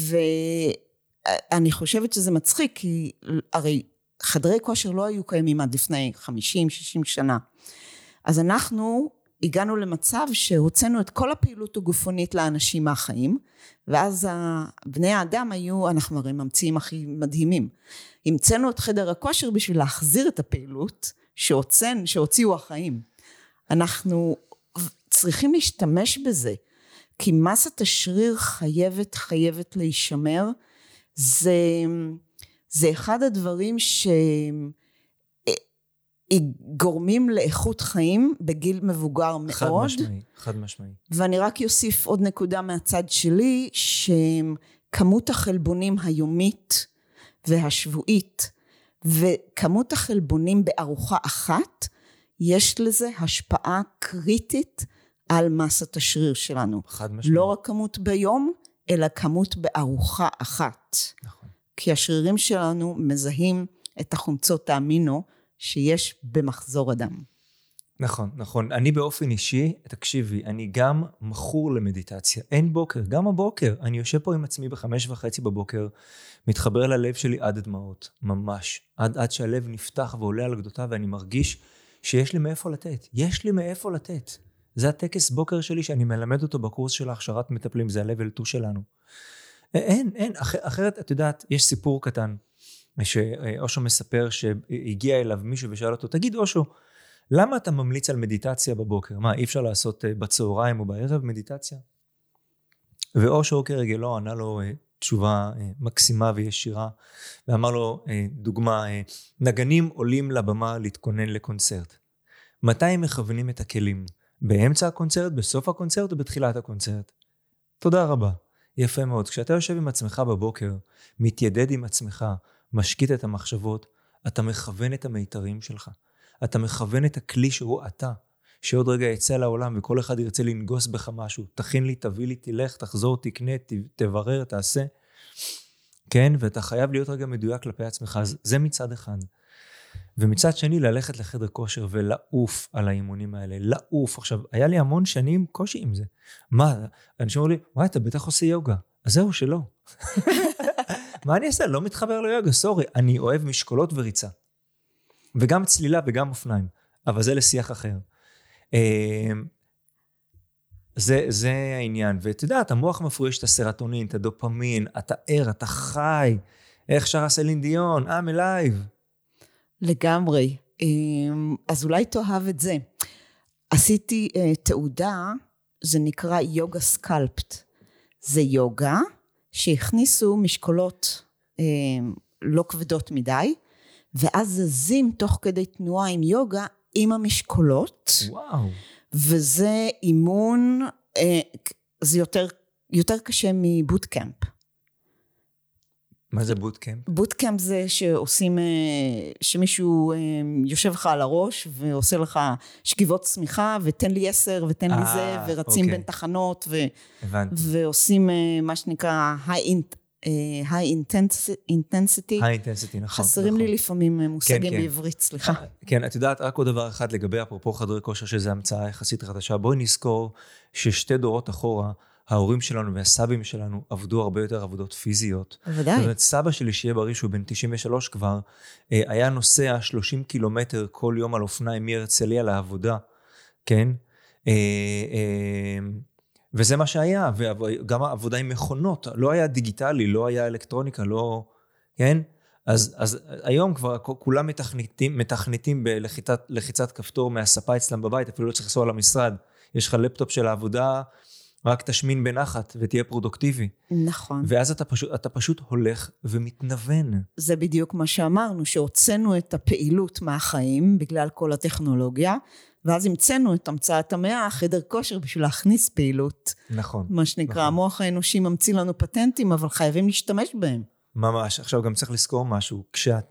ואני חושבת שזה מצחיק, כי הרי חדרי כושר לא היו קיימים עד לפני 50-60 שנה. אז אנחנו הגענו למצב שהוצאנו את כל הפעילות הגופנית לאנשים מהחיים, ואז בני האדם היו, אנחנו הרי ממציאים הכי מדהימים. המצאנו את חדר הכושר בשביל להחזיר את הפעילות שהוציאו החיים. אנחנו צריכים להשתמש בזה, כי מסת השריר חייבת להישמר, זה אחד הדברים שגורמים לאיכות חיים בגיל מבוגר מאוד. חד משמעי. ואני רק יוסיף עוד נקודה מהצד שלי, שכמות החלבונים היומית והשבועית, וכמות החלבונים בארוחה אחת, יש לזה השפעה קריטית על מסת השריר שלנו. חד משמעי. לא רק כמות ביום, אלא כמות בארוחה אחת. נכון. כי השרירים שלנו מזהים את החומצות האמינו שיש במחזור הדם. נכון, נכון. אני באופן אישי, תקשיבי, אני גם מכור למדיטציה. אין בוקר, גם הבוקר. אני יושב פה עם עצמי 5:30 בבוקר, מתחבר ללב שלי עד הדמעות, ממש. עד שהלב נפתח ועולה על גדותיו, ואני מרגיש שיש לי מאיפה לתת. יש לי מאיפה לתת. זה הטקס בוקר שלי שאני מלמד אותו בקורס של הכשרת מטפלים, זה ה-level 2 שלנו. אין, אחרת, את יודעת, יש סיפור קטן, שאושו מספר שהגיע אליו מישהו ושאל אותו, תגיד אושו, למה אתה ממליץ על מדיטציה בבוקר? מה, אי אפשר לעשות בצהריים או בערב מדיטציה? ואושו כרגלו ענה לו תשובה מקסימה וישירה, ואמר לו, דוגמה, נגנים עולים לבמה להתכונן לקונצרט. מתי הם מכוונים את הכלים? באמצע הקונצרט, בסוף הקונצרט או בתחילת הקונצרט? תודה רבה. יפה מאוד. כשאתה יושב עם עצמך בבוקר, מתיידד עם עצמך, משקיט את המחשבות, אתה מכוון את המיתרים שלך. אתה מכוון את הכלי שהוא אתה, שעוד רגע יצא לעולם וכל אחד ירצה לנגוס בך משהו. תכין לי, תביא לי, תלך, תחזור, תקנה, תברר, תעשה. כן, ואתה חייב להיות רגע מדויק כלפי עצמך. אז זה מצד אחד. ומצד שני, ללכת לחדר כושר ולעוף על האימונים האלה. לעוף. עכשיו, היה לי המון שנים קושי עם זה. מה? אנשים אומרים לי, וואי, אתה בטח עושה יוגה. אז זהו שלא. מה אני אעשה? לא מתחבר ליוגה, סורי. אני אוהב משקולות וריצה. וגם צלילה וגם אופניים. אבל זה לשיח אחר. זה העניין. ואתה יודע, המוח מפריש את הסרטונין, את הדופמין, אתה ער, אתה חי. איך שרה סלין דיון? מלייב. לגמרי. אז אולי תאהב את זה. עשיתי תעודה, זה נקרא יוגה סקלפט. זה יוגה שהכניסו משקולות לא כבדות מדי, ואז זזים תוך כדי תנועה עם יוגה עם המשקולות. וואו. וזה אימון, זה יותר קשה מבוטקאמפ. מה זה בוטקאמפ? בוטקאמפ זה שעושים, שמישהו יושב לך על הראש ועושה לך שכיבות צמיחה ותן לי 10 ותן לי זה ורצים בין תחנות ועושים מה שנקרא high intensity. נכון. חסרים לי לפעמים מושגים בעברית, סליחה. כן, את יודעת, רק עוד דבר אחד לגבי אפרופו חדרי כושר, שזה המצאה יחסית חדשה. בואי נזכור ששתי דורות אחורה, ההורים שלנו והסבים שלנו עבדו הרבה יותר עבודות פיזיות. בוודאי. זאת אומרת, סבא שלי שיהיה בריא, שהוא בן 93 כבר, היה נוסע 30 קילומטר כל יום על אופניים מהרצליה לעבודה, כן? וזה מה שהיה, וגם העבודה עם מכונות, לא היה דיגיטלי, לא היה אלקטרוניקה, לא, כן? אז היום כבר כולם מתכנתים בלחיצת כפתור מהספה אצלם בבית, אפילו לא צריך לנסוע למשרד. יש לך לפטופ של העבודה, רק תשמין בנחת ותהיה פרודוקטיבי. נכון. ואז אתה פשוט הולך ומתנוון. זה בדיוק מה שאמרנו, שהוצאנו את הפעילות מהחיים בגלל כל הטכנולוגיה, ואז המצאנו את המצאת המאה, חדר כושר בשביל להכניס פעילות. נכון. מה שנקרא, המוח האנושי ממציא לנו פטנטים, אבל חייבים להשתמש בהם. ממש. עכשיו גם צריך לזכור משהו.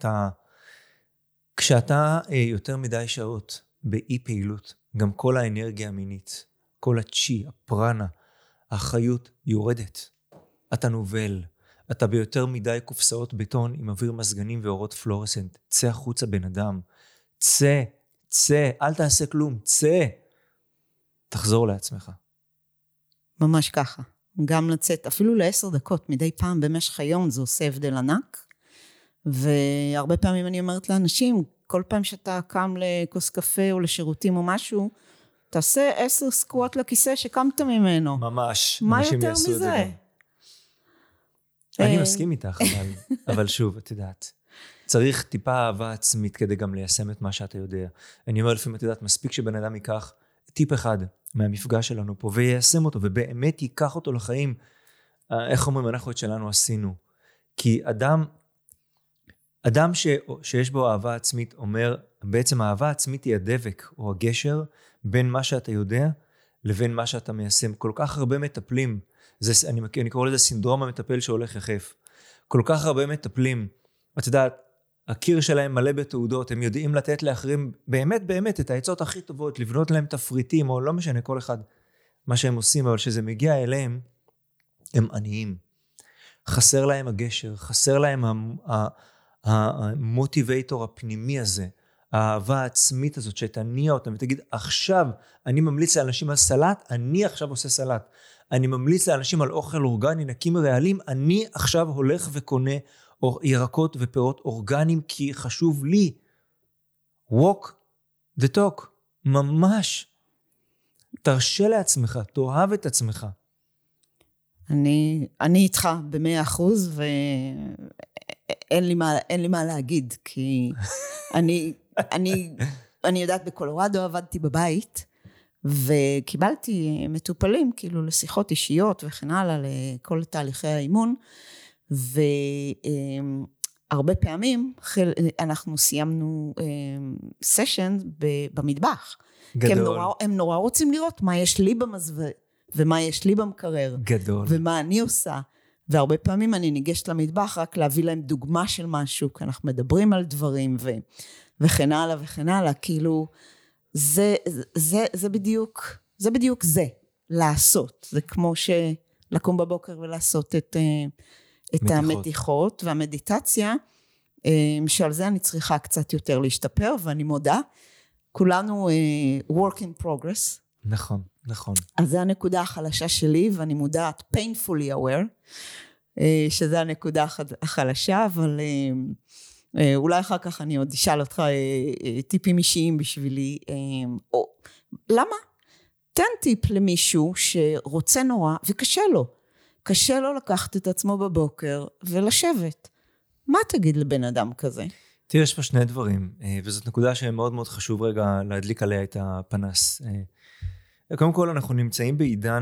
כשאתה יותר מדי שעות באי פעילות, גם כל האנרגיה המינית, כל הצ'י, הפרנה, החיות יורדת. אתה נובל. אתה ביותר מדי קופסאות בטון עם אוויר מזגנים ואורות פלורסנט. צא החוצה בן אדם. צא, אל תעשה כלום, צא. תחזור לעצמך. ממש ככה. גם לצאת, אפילו ל10 דקות, מדי פעם במשך היום, זה עושה הבדל ענק. והרבה פעמים אני אומרת לאנשים, כל פעם שאתה קם לכוס קפה או לשירותים או משהו, תעשה 10 סקווט לכיסא שקמת ממנו. ממש. מה יותר מזה? אני מסכים איתך, אבל שוב, את יודעת. צריך טיפה אהבה עצמית כדי גם ליישם את מה שאתה יודע. אני אומר לפעמים, את יודעת, מספיק שבן אדם ייקח טיפ אחד מהמפגש שלנו פה, ויישם אותו, ובאמת ייקח אותו לחיים, איך אומרים, אנחנו את שלנו עשינו. כי אדם שיש בו אהבה עצמית אומר, בעצם האהבה עצמית היא הדבק, או הגשר, בין מה שאתה יודע, לבין מה שאתה מיישם. כל כך הרבה מטפלים, אני קורא לזה סינדרום המטפל שהולך יחף. כל כך הרבה מטפלים, את יודעת, הקיר שלהם מלא בתעודות, הם יודעים לתת לאחרים באמת את העצות הכי טובות, לבנות להם תפריטים, או לא משנה, כל אחד מה שהם עושים, אבל שזה מגיע אליהם, הם עניים. חסר להם הגשר, חסר להם המוטיבייטור הפנימי הזה, האהבה העצמית הזאת שתניע אותם ותגיד, עכשיו אני ממליץ לאנשים על סלט, אני עכשיו עושה סלט. אני ממליץ לאנשים על אוכל אורגני, נקים ריאלים, אני עכשיו הולך וקונה ירקות ופירות אורגניים, כי חשוב לי. walk the talk, ממש. תרשה לעצמך, תאהב את עצמך. אני איתך ב100%, ואין לי מה להגיד, כי אני יודעת, בקולורדו עבדתי בבית, וקיבלתי מטופלים, כאילו לשיחות אישיות וכן הלאה, לכל תהליכי האימון, והרבה פעמים אנחנו סיימנו סשן במטבח. גדול. כי הם נורא רוצים לראות מה יש לי במזווה, ומה יש לי במקרר. גדול. ומה אני עושה. והרבה פעמים אני ניגשת למטבח רק להביא להם דוגמה של משהו, כי אנחנו מדברים על דברים וכן הלאה וכן הלאה, כאילו זה בדיוק זה, לעשות. זה כמו לקום בבוקר ולעשות את המתיחות והמדיטציה, שעל זה אני צריכה קצת יותר להשתפר, ואני מודה, כולנו work in progress. נכון, נכון. אז זה הנקודה החלשה שלי, ואני מודעת painfully aware, שזה הנקודה החלשה, אבל אולי אחר כך אני עוד אשאל אותך טיפים אישיים בשבילי, או למה? תן טיפ למישהו שרוצה נורא וקשה לו. קשה לו לקחת את עצמו בבוקר ולשבת. מה תגיד לבן אדם כזה? תראה, יש פה שני דברים, וזאת נקודה שמאוד מאוד חשוב רגע להדליק עליה את הפנס. קודם כל, אנחנו נמצאים בעידן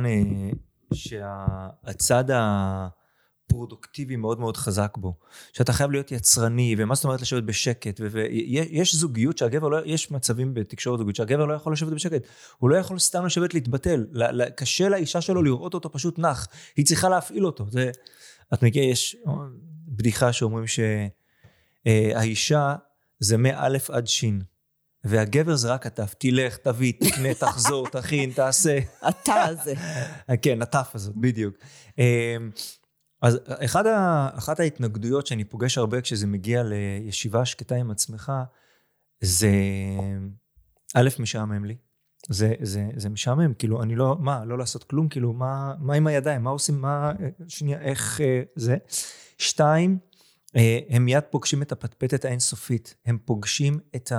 שהצד הפרודוקטיבי מאוד מאוד חזק בו, שאתה חייב להיות יצרני, ומה זאת אומרת לשבת בשקט, ויש זוגיות שהגבר לא, יש מצבים בתקשורת זוגיות שהגבר לא יכול לשבת בשקט, הוא לא יכול סתם לשבת להתבטל, קשה לאישה שלו לראות אותו פשוט נח, היא צריכה להפעיל אותו. את מכיר, יש בדיחה שאומרים שהאישה זה מאלף עד שין, והגבר זה רק עטף, תלך, תביא, תקנה, תחזור, תכין, תעשה. אתה הזה. כן, עטף הזאת, בדיוק. אז אחת ההתנגדויות שאני פוגש הרבה כשזה מגיע לישיבה שקטה עם עצמך, זה א', משעמם לי. זה משעמם, כאילו, אני לא, לא לעשות כלום, כאילו, מה עם הידיים, מה עושים, שנייה, איך זה? 2, הם מיד פוגשים את הפטפטת האינסופית, הם פוגשים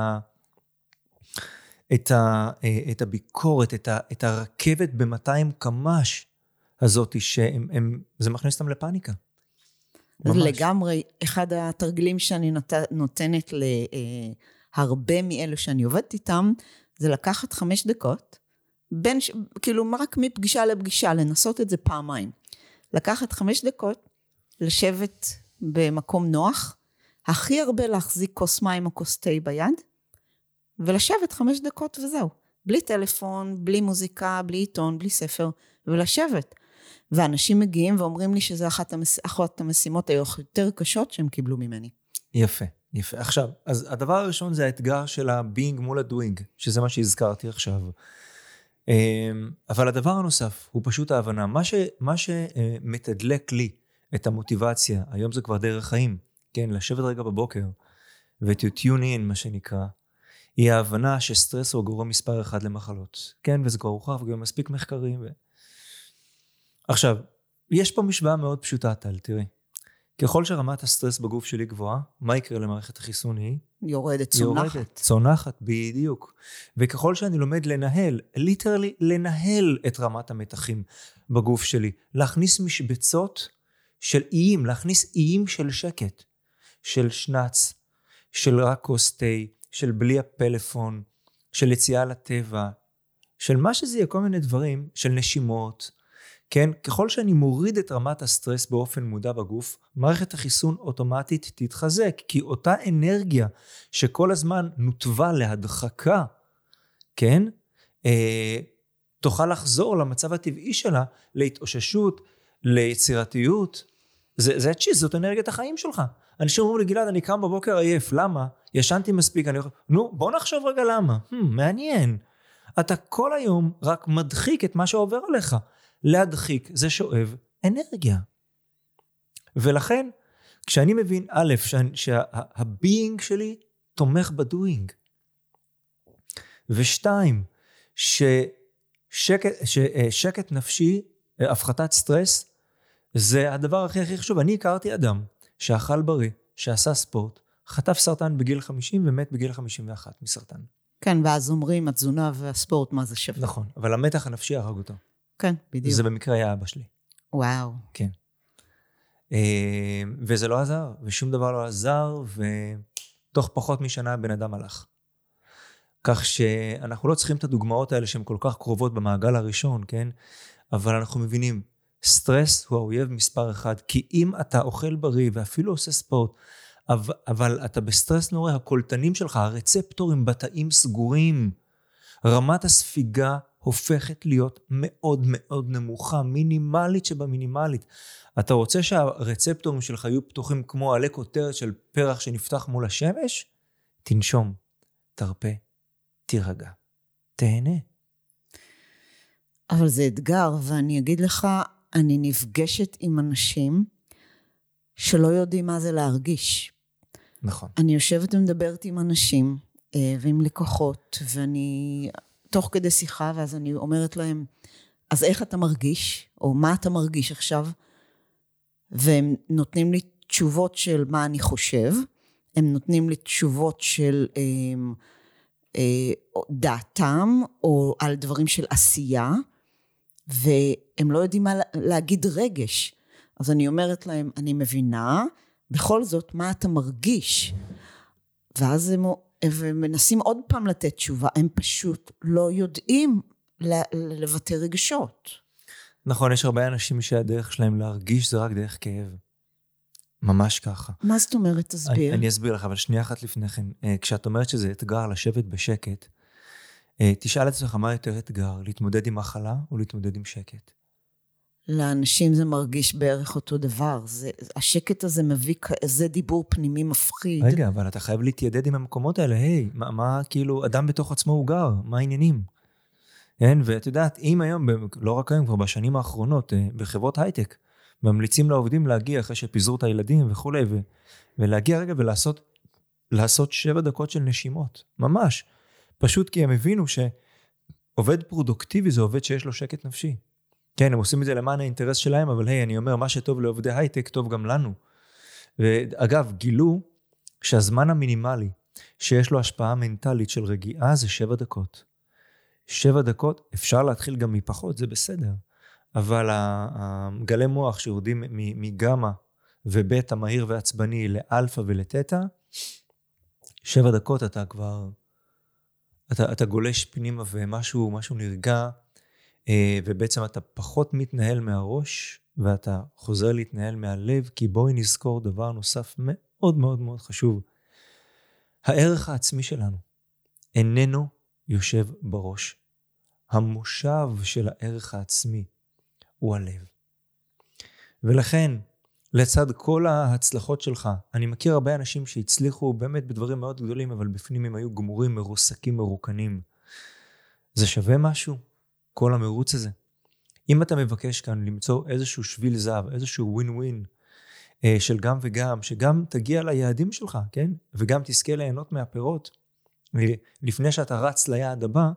את הביקורת, את הרכבת ב-200 קמ"ש הזאת, זה מכניס אותם לפאניקה. לגמרי, אחד התרגילים שאני נותנת להרבה מאלו שאני עובדת איתם, זה לקחת 5 דקות, כאילו רק מפגישה לפגישה, לנסות את זה פעמיים. לקחת 5 דקות, לשבת במקום נוח, הכי הרבה להחזיק כוס מים או כוס תה ביד, ולשבת 5 דקות וזהו. בלי טלפון, בלי מוזיקה, בלי עיתון, בלי ספר, ולשבת. ואנשים מגיעים ואומרים לי שזה אחת המשימות היותר קשות שהם קיבלו ממני. יפה, יפה. עכשיו, אז הדבר הראשון זה האתגר של ה-being מול ה-doing, שזה מה שהזכרתי עכשיו. אבל הדבר הנוסף הוא פשוט ההבנה. מה שמתדלק לי את המוטיבציה, היום זה כבר דרך חיים, כן, לשבת רגע בבוקר, ו-tune in, מה שנקרא, היא ההבנה שסטרס הוא גורם מספר 1 למחלות. כן, וזה כבר הוכח, וגם מספיק מחקרים. עכשיו, יש פה משוואה מאוד פשוטה, טל, תראי. ככל שרמת הסטרס בגוף שלי גבוהה, מה יקרה למערכת החיסון היא? יורדת, צונחת. צונחת, בדיוק. וככל שאני לומד לנהל, ליטרלי לנהל את רמת המתחים בגוף שלי, להכניס משבצות של איים, להכניס איים של שקט, של שנץ, של רק כוס תה, של בלי הפלאפון, של יציאה לטבע, של מה שזה יהיה, כל מיני דברים, של נשימות, כן? ככל שאני מוריד את רמת הסטרס באופן מודע בגוף, מערכת החיסון אוטומטית תתחזק, כי אותה אנרגיה שכל הזמן נותבה להדחקה, כן? תוכל לחזור למצב הטבעי שלה, להתאוששות, ליצירתיות. זה הצ'יז, זאת אנרגיית החיים שלך. אנשים אומרים לי, גלעד, אני קם בבוקר עייף, למה? ישנתי מספיק, נו, בוא נחשוב רגע למה. מעניין. אתה כל היום רק מדחיק את מה שעובר עליך. להדחיק זה שואב אנרגיה. ולכן, כשאני מבין א', שהביינג שלי תומך בדוינג, ושתיים, ששקט נפשי, הפחתת סטרס, זה הדבר הכי חשוב. אני הכרתי אדם שאכל בריא, שעשה ספורט, חטף סרטן בגיל 50 ומת בגיל 51 מסרטן. כן, ואז אומרים, התזונה והספורט, מה זה שווה? נכון, אבל המתח הנפשי הרג אותו. כן, בדיוק. זה במקרה היה אבא שלי. וואו. כן. וזה לא עזר, ושום דבר לא עזר, ותוך פחות משנה הבן אדם הלך. כך שאנחנו לא צריכים את הדוגמאות האלה שהן כל כך קרובות במעגל הראשון, כן? אבל אנחנו מבינים, סטרס הוא האויב מספר אחד, כי אם אתה אוכל בריא ואפילו עושה ספורט, אבל אתה בסטרס נורא, הקולטנים שלך, הרצפטורים בתאים סגורים, רמת הספיגה הופכת להיות מאוד מאוד נמוכה, מינימלית שבמינימלית. אתה רוצה שהרצפטורים שלך יהיו פתוחים כמו עלי כותרת של פרח שנפתח מול השמש? תנשום, תרפה, תירגע, תהנה. אבל זה אתגר, ואני אגיד לך, אני נפגשת עם אנשים שלא יודעים מה זה להרגיש. נכון. אני יושבת ומדברת עם אנשים ועם לקוחות, ואני תוך כדי שיחה, ואז אני אומרת להם, אז איך אתה מרגיש? או מה אתה מרגיש עכשיו? והם נותנים לי תשובות של מה אני חושב, הם נותנים לי תשובות של דעתם, או על דברים של עשייה, והם לא יודעים מה להגיד רגש. אז אני אומרת להם, אני מבינה, בכל זאת, מה אתה מרגיש? ואז הם מנסים עוד פעם לתת תשובה, הם פשוט לא יודעים לבטא רגשות. נכון, יש הרבה אנשים שהדרך שלהם להרגיש זה רק דרך כאב. ממש ככה. מה זאת אומרת? תסביר. אני אסביר לך, אבל שנייה אחת לפני כן. כשאת אומרת שזה אתגר לשבת בשקט, תשאל את עצמך מה יותר אתגר, להתמודד עם מחלה או להתמודד עם שקט? לאנשים זה מרגיש בערך אותו דבר. השקט הזה מביא כזה דיבור פנימי מפחיד. רגע, אבל אתה חייב להתיידד עם המקומות האלה. היי, מה כאילו, אדם בתוך עצמו הוא גר, מה העניינים? כן, ואת יודעת, אם היום, לא רק היום, כבר בשנים האחרונות, בחברות הייטק, ממליצים לעובדים להגיע אחרי שפיזרו את הילדים וכו', ולהגיע רגע ולעשות 7 דקות של נשימות. ממש. פשוט כי הם הבינו שעובד פרודוקטיבי זה עובד שיש לו שקט נפשי. כן, הם עושים את זה למען האינטרס שלהם, אבל היי, אני אומר, מה שטוב לעובדי הייטק, טוב גם לנו. ואגב, גילו שהזמן המינימלי שיש לו השפעה מנטלית של רגיעה זה 7 דקות. 7 דקות, אפשר להתחיל גם מפחות, זה בסדר. אבל הגלי מוח שיורדים מגמא ובטא מהיר ועצבני לאלפא ולתטא, 7 דקות אתה כבר, אתה גולש פנימה ומשהו נרגע, ובעצם אתה פחות מתנהל מהראש, ואתה חוזר להתנהל מהלב, כי בואי נזכור דבר נוסף מאוד מאוד מאוד חשוב. הערך העצמי שלנו איננו יושב בראש. המושב של הערך העצמי הוא הלב. ולכן, לצד כל ההצלחות שלך, אני מכיר הרבה אנשים שהצליחו באמת בדברים מאוד גדולים, אבל בפנים הם היו גמורים, מרוסקים, מרוקנים. זה שווה משהו? כל המרוץ הזה. אם אתה מבקש כאן למצוא איזשהו שביל זהב, איזשהו ווין ווין, של גם וגם, שגם תגיע ליעדים שלך, כן? וגם תזכה ליהנות מהפירות, לפני שאתה רץ ליעד הבא,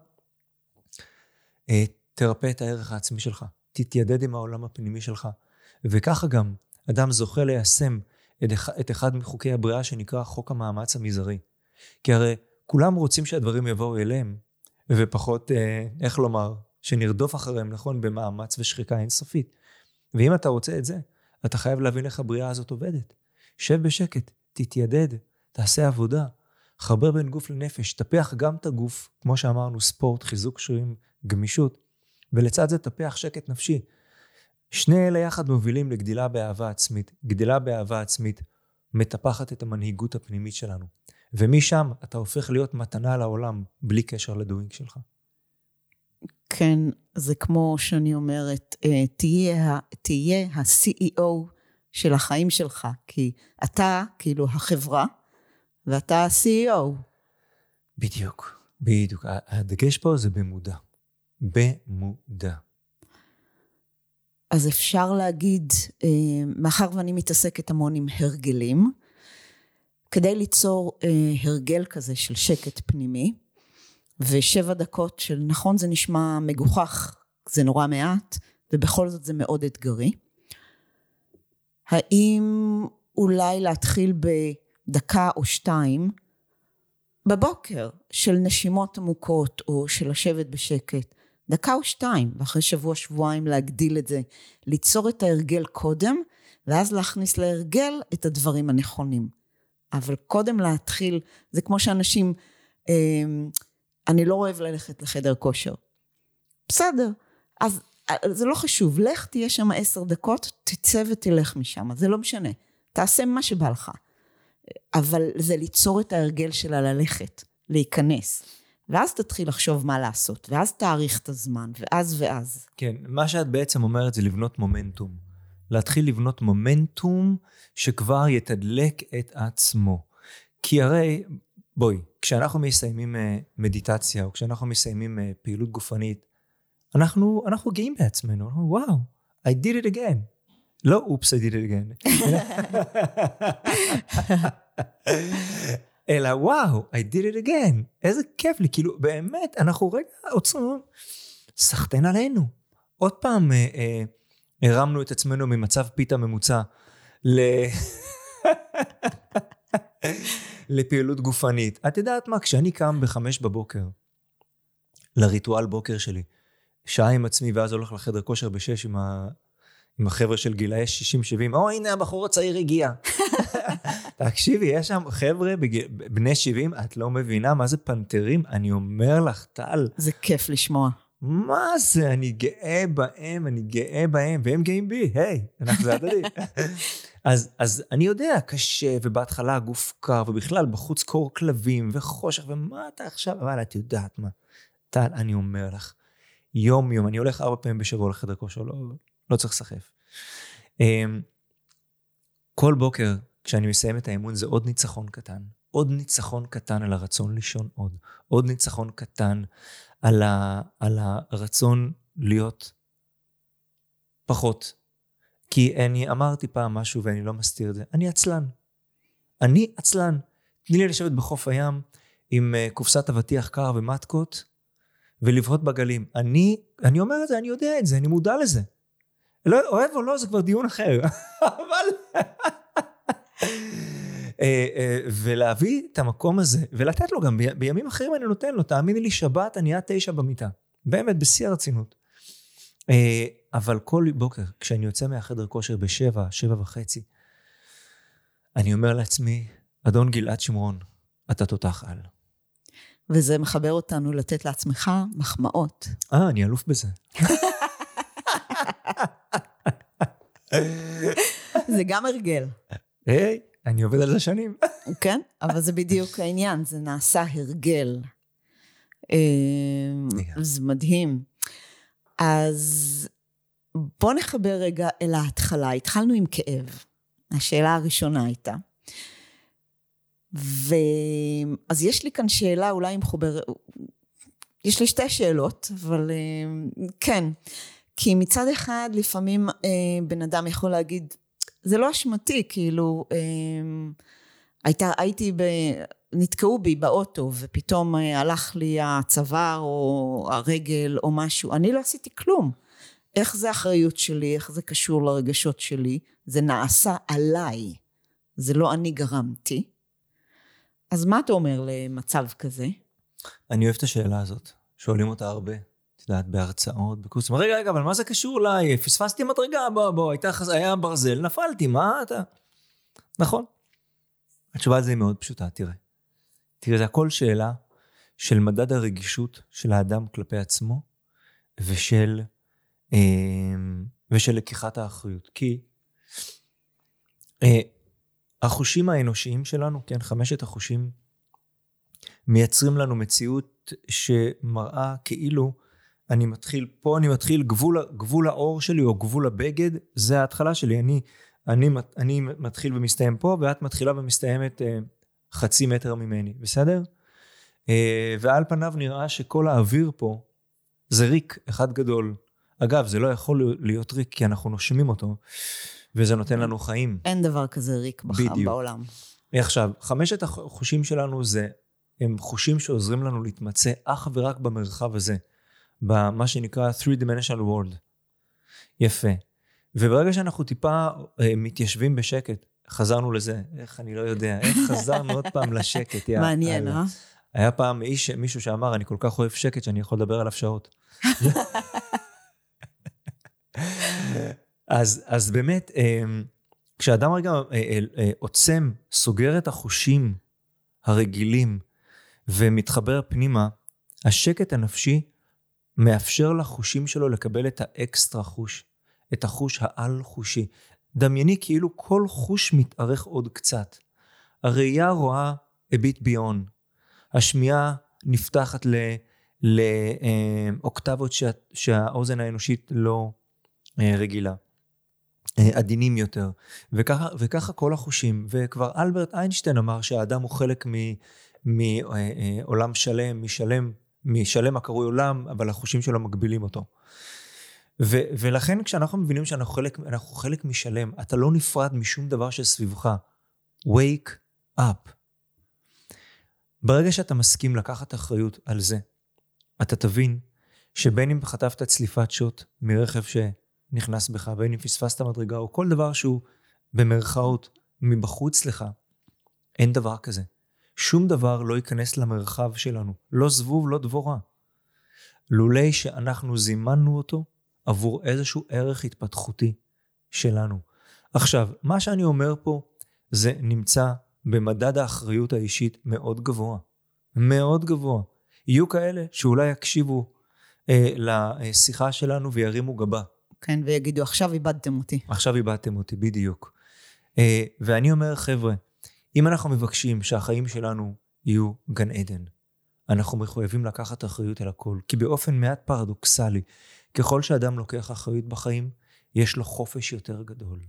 תרפא את הערך העצמי שלך, תתיידד עם העולם הפנימי שלך, וככה גם אדם זוכה ליישם את אחד מחוקי הבריאה שנקרא חוק המאמץ המזערי. כי הרי כולם רוצים שהדברים יבואו אליהם, ופחות, איך לומר, שנרדוף אחריהם, נכון, במאמץ ושחיקה אינסופית. ואם אתה רוצה את זה, אתה חייב להבין איך הבריאה הזאת עובדת. שב בשקט, תתיידד, תעשה עבודה, חבר בין גוף לנפש, תפח גם את הגוף, כמו שאמרנו, ספורט, חיזוק שרירים, גמישות, ולצד זה תפח שקט נפשי. שני אלה יחד מובילים לגדילה באהבה עצמית. גדילה באהבה עצמית מטפחת את המנהיגות הפנימית שלנו. ומשם אתה הופך להיות מתנה לעולם, בלי קשר לדוינג שלך. כן, זה כמו שאני אומרת, תהיה ה-CEO של החיים שלך, כי אתה כאילו החברה, ואתה ה-CEO. בדיוק, בדיוק. הדגש פה זה במודע. במודע. אז אפשר להגיד, מאחר ואני מתעסקת המון עם הרגלים, כדי ליצור הרגל כזה של שקט פנימי, ו7 דקות של נכון זה נשמע מגוחך, זה נורא מעט, ובכל זאת זה מאוד אתגרי. האם אולי להתחיל בדקה או 2 בבוקר של נשימות עמוקות או של לשבת בשקט, דקה או 2, ואחרי שבוע-שבועיים להגדיל את זה, ליצור את ההרגל קודם, ואז להכניס להרגל את הדברים הנכונים. אבל קודם להתחיל, זה כמו שאנשים, אני לא אוהב ללכת לחדר כושר. בסדר, אז זה לא חשוב, לך תהיה שם 10 דקות, תצא ותלך משם, זה לא משנה, תעשה מה שבא לך. אבל זה ליצור את ההרגל שלה ללכת, להיכנס. ואז תתחיל לחשוב מה לעשות, ואז תאריך את הזמן, ואז. כן, מה שאת בעצם אומרת זה לבנות מומנטום. להתחיל לבנות מומנטום שכבר יתדלק את עצמו. כי הרי, בואי, כשאנחנו מסיימים מדיטציה, או כשאנחנו מסיימים פעילות גופנית, אנחנו גאים בעצמנו, וואו, I did it again. לא, אופס, I did it again. אלא וואו, I did it again. איזה כיף לי, כאילו באמת, אנחנו רגע עוצרים, סחטן עלינו. עוד פעם הרמנו את עצמנו ממצב פיתה ממוצע לפעילות גופנית. את יודעת מה, כשאני קם ב5 בבוקר, לריטואל בוקר שלי, שעה עם עצמי ואז הולך לחדר כושר ב6 עם החבר'ה של גילאי 60-70, הנה הבחור הצעיר הגיע. תקשיבי, יש שם חבר'ה בני 70, את לא מבינה מה זה פנתרים? אני אומר לך, טל. זה כיף לשמוע. מה זה? אני גאה בהם, והם גאים בי, היי, אנחנו זה הדדי. אז אני יודע, קשה, ובהתחלה הגוף קר, ובכלל בחוץ קור כלבים, וחושך, ומה אתה עכשיו? אבל את יודעת מה? טל, אני אומר לך, יום, אני הולך 4 פעמים בשבוע לחדר כושר, לא צריך לסחף. כל בוקר, כשאני מסיים את האימון, זה עוד ניצחון קטן. עוד ניצחון קטן על הרצון לישון עוד. עוד ניצחון קטן על הרצון להיות פחות. כי אני אמרתי פעם משהו ואני לא מסתיר את זה. אני עצלן. תני לי לשבת בחוף הים עם קופסת אבטיח קר ומתקות, ולבהות בגלים. אני אומר את זה, אני יודע את זה, אני מודע לזה. לא, אוהב או לא, זה כבר דיון אחר. אבל ולהביא את המקום הזה, ולתת לו גם, בימים אחרים אני נותן לו, תאמיני לי, שבת אני עד 9 במיטה. באמת, בשיא הרצינות. אבל כל בוקר, כשאני יוצא מהחדר כושר ב7, 7:30, אני אומר לעצמי, אדון גלעד שמרון, אתה תותח על. וזה מחבר אותנו לתת לעצמך מחמאות. אני אלוף בזה. זה גם הרגל. היי, אני עובד על זה שנים. כן, אבל זה בדיוק העניין, זה נעשה הרגל. זה מדהים. אז בוא נחבר רגע אל ההתחלה. התחלנו עם כאב. השאלה הראשונה הייתה. אז יש לי כאן שאלה, אולי עם חובר... יש לי 2 שאלות, אבל כן. כי מצד אחד, לפעמים בן אדם יכול להגיד, זה לא אשמתי, כאילו, נתקעו בי באוטו, ופתאום הלך לי הצוואר, או הרגל, או משהו. אני לא עשיתי כלום. איך זה האחריות שלי, איך זה קשור לרגשות שלי, זה נעשה עליי. זה לא אני גרמתי. אז מה אתה אומר למצב כזה? אני אוהב את השאלה הזאת. שואלים אותה הרבה. את יודעת, בהרצאות, בקורסים. רגע, אבל מה זה קשור אליי? פספסתי מדרגה, בוא, היה ברזל, נפלתי, מה אתה? נכון. התשובה על זה היא מאוד פשוטה, תראה. תראה, זה הכל שאלה של מדד הרגישות של האדם כלפי עצמו, ושל לקיחת האחריות. כי החושים האנושיים שלנו, כן, 5 החושים, מייצרים לנו מציאות שמראה כאילו אני מתחיל גבול האור שלי או גבול הבגד, זה ההתחלה שלי, אני מתחיל ומסתיים פה, ואת מתחילה ומסתיימת חצי מטר ממני, בסדר? ועל פניו נראה שכל האוויר פה זה ריק אחד גדול. אגב, זה לא יכול להיות ריק כי אנחנו נושמים אותו, וזה נותן לנו חיים. אין דבר כזה ריק בעולם. עכשיו, 5 החושים שלנו הם חושים שעוזרים לנו להתמצא אך ורק במרחב הזה, במה שנקרא 3-dimensional world. יפה. וברגע שאנחנו טיפה מתיישבים בשקט, חזרנו לזה, איך אני לא יודע, איך חזרנו עוד פעם לשקט. מעניין, אה? היה פעם מישהו שאמר, אני כל כך אוהב שקט שאני יכול לדבר עליו שעות. אז באמת, כשאדם רגע עוצם, סוגר את החושים הרגילים, ומתחבר פנימה, השקט הנפשי מאפשר לחושים שלו לקבל את האקסטרה חוש, את החוש העל חושי. דמייני כאילו כל חוש מתארך עוד קצת. הראייה רואה a bit beyond. השמיעה נפתחת לאוקטבות שהאוזן האנושית לא רגילה. עדינים יותר. וככה כל החושים. וכבר אלברט איינשטיין אמר שהאדם הוא חלק מעולם שלם, משלם הקרוי עולם, אבל החושים שלו מגבילים אותו. ולכן כשאנחנו מבינים שאנחנו חלק משלם, אתה לא נפרד משום דבר שסביבך. Wake up. ברגע שאתה מסכים לקחת אחריות על זה, אתה תבין שבין אם חטפת צליפת שוט מרכב שנכנס בך, בין אם פספסת מדרגה, או כל דבר שהוא במרכאות מבחוץ לך, אין דבר כזה. שום דבר לא ייכנס למרחב שלנו, לא זבוב, לא דבורה. לולי שאנחנו זימנו אותו עבור איזשהו ערך התפתחותי שלנו. עכשיו, מה שאני אומר פה, זה נמצא במדד האחריות האישית מאוד גבוה. מאוד גבוה. יהיו כאלה שאולי יקשיבו לשיחה שלנו וירימו גבה. כן, ויגידו, עכשיו איבדתם אותי. עכשיו איבדתם אותי, בדיוק. ואני אומר, חבר'ה, אם אנחנו מבקשים שהחיים שלנו יהיו גן עדן, אנחנו מחויבים לקחת אחריות על הכל, כי באופן מעט פרדוקסלי, ככל שאדם לוקח אחריות בחיים, יש לו חופש יותר גדול.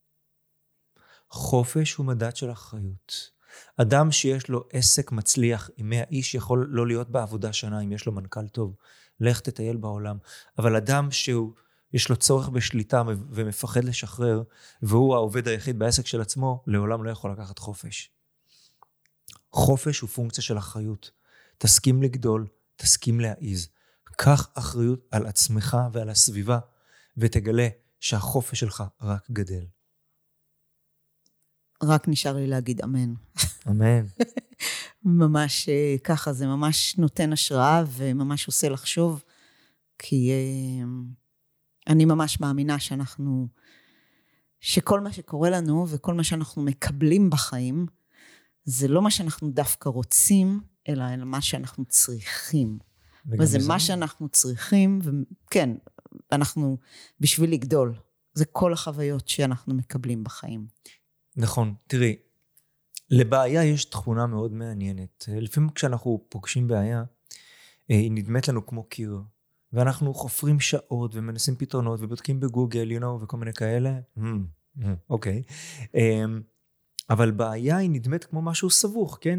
חופש הוא מדד של אחריות. אדם שיש לו עסק מצליח עם 100 איש יכול לא להיות בעבודה שנה אם יש לו מנכ"ל טוב. לך תטייל בעולם. אבל אדם שיש לו צורך בשליטה ומפחד לשחרר, והוא העובד היחיד בעסק של עצמו, לעולם לא יכול לקחת חופש. חופש הוא פונקציה של אחריות. תסכים לגדול, תסכים להעיז. קח אחריות על עצמך ועל הסביבה, ותגלה שהחופש שלך רק גדל. רק נשאר לי להגיד אמן. אמן. ממש ככה, זה ממש נותן השראה וממש עושה לחשוב, כי אני ממש מאמינה שכל מה שקורה לנו וכל מה שאנחנו מקבלים בחיים, זה לא מה שאנחנו דווקא רוצים, אלא מה שאנחנו צריכים. וזה מה שאנחנו צריכים, וכן, אנחנו בשביל לגדול. זה כל החוויות שאנחנו מקבלים בחיים. נכון, תראי, לבעיה יש תכונה מאוד מעניינת. לפעמים כשאנחנו פוגשים בעיה, היא נדמת לנו כמו קיר, ואנחנו חופרים שעות ומנסים פתרונות ובודקים בגוגל, וכל מיני כאלה. אוקיי. אבל בעיה היא נדמת כמו משהו סבוך, כן?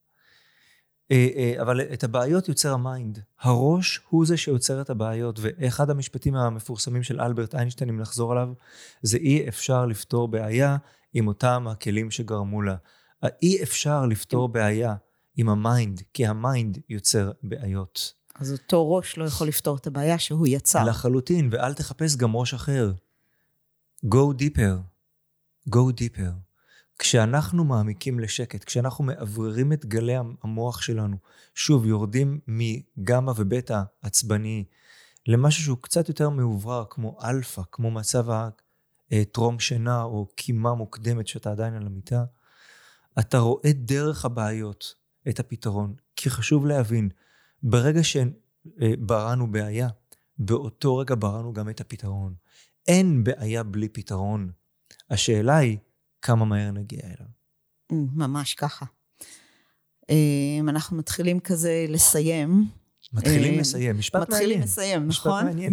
אבל את הבעיות יוצר המיינד. הראש הוא זה שיוצר את הבעיות, ואחד המשפטים המפורסמים של אלברט איינשטיין, אם נחזור עליו, זה אי אפשר לפתור בעיה עם אותם הכלים שגרמו לה. אי אפשר לפתור בעיה עם המיינד, כי המיינד יוצר בעיות. אז אותו ראש לא יכול לפתור את הבעיה שהוא יצר. לחלוטין, ואל תחפש גם ראש אחר. Go deeper. Go deeper. כשאנחנו מעמיקים לשקט, כשאנחנו מעבררים את גלי המוח שלנו, שוב, יורדים מגמא ובטא עצבני, למשהו שהוא קצת יותר מעוברר, כמו אלפא, כמו מצב טרום שינה, או קימה מוקדמת שאתה עדיין על המיטה, אתה רואה דרך הבעיות, את הפתרון. כי חשוב להבין, ברגע שבראנו בעיה, באותו רגע בראנו גם את הפתרון. אין בעיה בלי פתרון. השאלה היא, כמה מהר נגיע אליו. ממש ככה. אנחנו מתחילים כזה לסיים. מתחילים לסיים, משפט מעניין. מתחילים לסיים, נכון? משפט מעניין.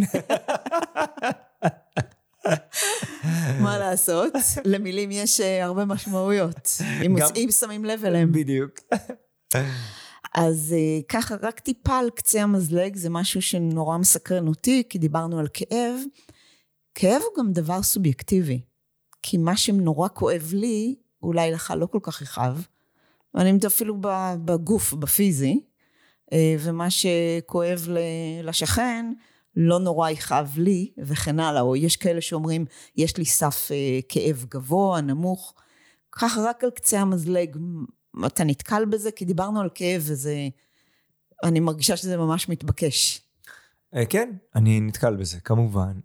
מה לעשות? למילים יש הרבה משמעויות, אם שמים לב אליהם. בדיוק. אז ככה, רק טיפה על קצה המזלג, זה משהו שנורא מסקרן אותי, כי דיברנו על כאב. כאב הוא גם דבר סובייקטיבי, כי מה שנורא כואב לי, אולי לך לא כל כך יכאב, ואני מדבר אפילו בגוף, בפיזי, ומה שכואב לשכן, לא נורא יכאב לי, וכן הלאה, או יש כאלה שאומרים, יש לי סף כאב גבוה, נמוך, ככה רק על קצה המזלג, אתה נתקל בזה, כי דיברנו על כאב, וזה, אני מרגישה שזה ממש מתבקש. כן, אני נתקל בזה, כמובן,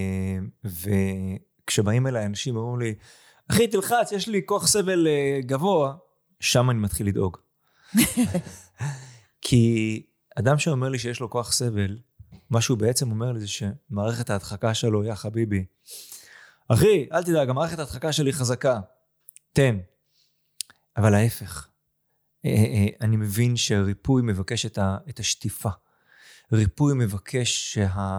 וכשבאים אליי אנשים, אומרים לי, אחי, תלחץ, יש לי כוח סבל גבוה, שם אני מתחיל לדאוג. כי אדם שאומר לי שיש לו כוח סבל, מה שהוא בעצם אומר לי זה שמערכת ההדחקה שלו, יא חביבי, אחי, אל תדאג, המערכת ההדחקה שלי חזקה, תן. אבל ההפך, אני מבין שריפוי מבקש את השטיפה. ריפוי מבקש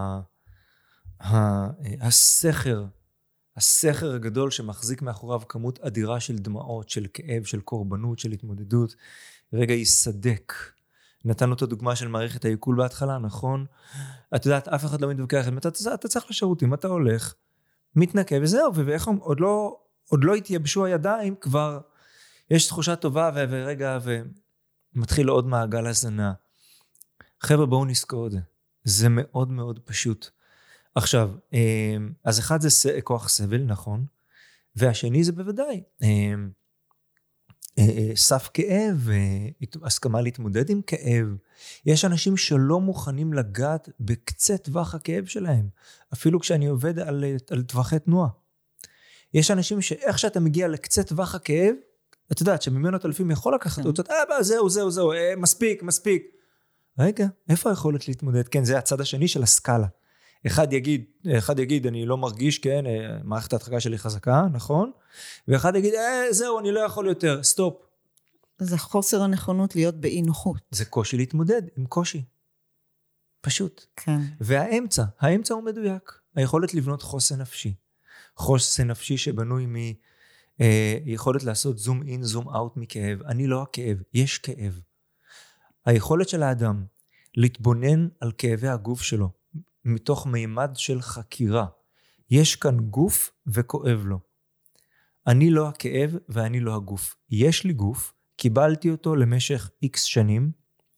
הסכר הגדול שמחזיק מאחוריו כמות אדירה של דמעות, של כאב, של קורבנות, של התמודדות, רגע יסדק. נתנו את הדוגמה של מערכת העיכול בהתחלה, נכון? את יודעת, אף אחד לא מתווכח, אתה צריך לשירותים, אתה הולך, מתנקה וזהו, ואיך עוד לא התייבשו הידיים, כבר יש תחושה טובה ורגע, ומתחיל עוד מעגל הזנה. חבר'ה, בואו נזכור את זה. זה מאוד מאוד פשוט. עכשיו, אז אחד זה כוח סבל, נכון? והשני זה בוודאי סף כאב, הסכמה להתמודד עם כאב. יש אנשים שלא מוכנים לגעת בקצה טווח הכאב שלהם, אפילו כשאני עובד על טווחי תנועה. יש אנשים שאיך שאתה מגיע לקצה טווח הכאב, את יודעת שממנו אתה לפעמים יכול לקחת אותות, זהו, מספיק. רגע, איפה היכולת להתמודד? כן, זה הצד השני של הסקאלה. אחד יגיד, אני לא מרגיש, כן, מערכת ההדחקה שלי חזקה, נכון? ואחד יגיד, זהו, אני לא יכול יותר, סטופ. זה חוסר הנכונות להיות באי נוחות. זה קושי להתמודד עם קושי. פשוט. כן. האמצע הוא מדויק. היכולת לבנות חוסן נפשי. חוסן נפשי שבנוי יכולת לעשות זום אין, זום אאוט מכאב. אני לא הכאב, יש כאב. היכולת של האדם להתבונן על כאבי הגוף שלו, מתוך מימד של חקירה. יש כאן גוף וכואב לו. אני לא הכאב ואני לא הגוף. יש לי גוף, קיבלתי אותו למשך X שנים,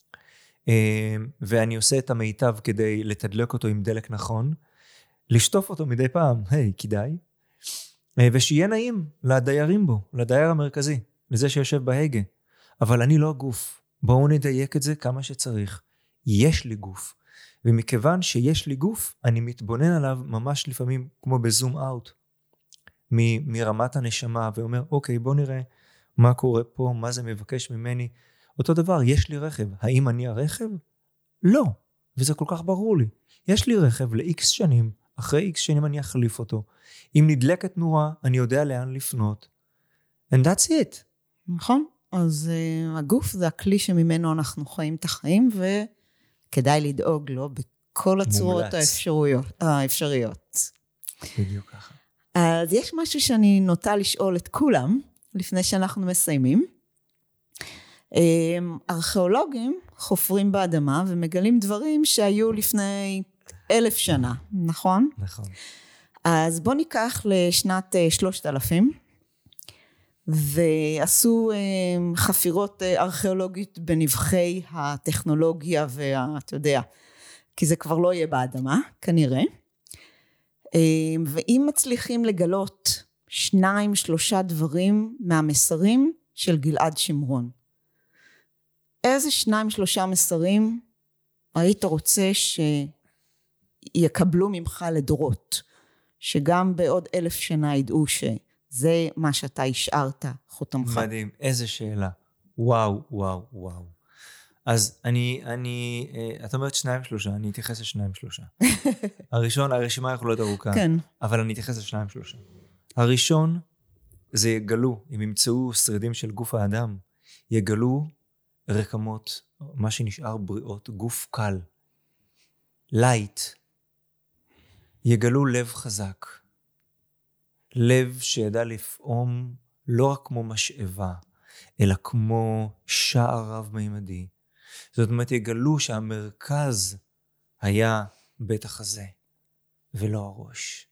ואני עושה את המיטב כדי לתדלק אותו עם דלק נכון, לשטוף אותו מדי פעם, כדאי, ושיהיה נעים לדיירים בו, לדייר המרכזי, לזה שיושב בהגה. אבל אני לא הגוף. בואו נדייק את זה כמה שצריך. יש לי גוף. ומכיוון שיש לי גוף, אני מתבונן עליו ממש לפעמים כמו בזום אאוט, מרמת הנשמה, ואומר, אוקיי, בוא נראה מה קורה פה, מה זה מבקש ממני. אותו דבר, יש לי רכב. האם אני הרכב? לא. וזה כל כך ברור לי. יש לי רכב ל-X שנים, אחרי X שנים אני אחליף אותו. אם נדלקת נורה, אני יודע לאן לפנות. And that's it. נכון. אז הגוף זה הכלי שממנו אנחנו חיים את החיים, וכדאי לדאוג לו בכל הצורות האפשריות. בדיוק ככה. אז יש משהו שאני נוטה לשאול את כולם, לפני שאנחנו מסיימים. ארכיאולוגים חופרים באדמה, ומגלים דברים שהיו לפני 1000 שנה, נכון? נכון. אז בוא ניקח לשנת 3000, ועשו חפירות ארכיאולוגית בנבחי הטכנולוגיה אתה יודע, כי זה כבר לא יהיה באדמה, כנראה. ואם מצליחים לגלות 2-3 דברים מהמסרים של גלעד שמרון, איזה 2-3 מסרים היית רוצה שיקבלו ממך לדורות, שגם בעוד 1000 שנה ידעו שזה מה שאתה השארת חותמך? מדהים, איזה שאלה. וואו, וואו, וואו. אז את אומרת 2-3, אני אתייחס ל2-3. הראשון, הרשימה יכולה להיות ארוכה, כן. אבל אני אתייחס ל2-3. הראשון, זה יגלו, אם ימצאו שרידים של גוף האדם, יגלו רקמות, מה שנשאר בריאות, גוף קל, לייט, יגלו לב חזק, לב שידע לפעום לא רק כמו משאבה, אלא כמו שער רב-מימדי. זאת אומרת, יגלו שהמרכז היה בית החזה, ולא הראש.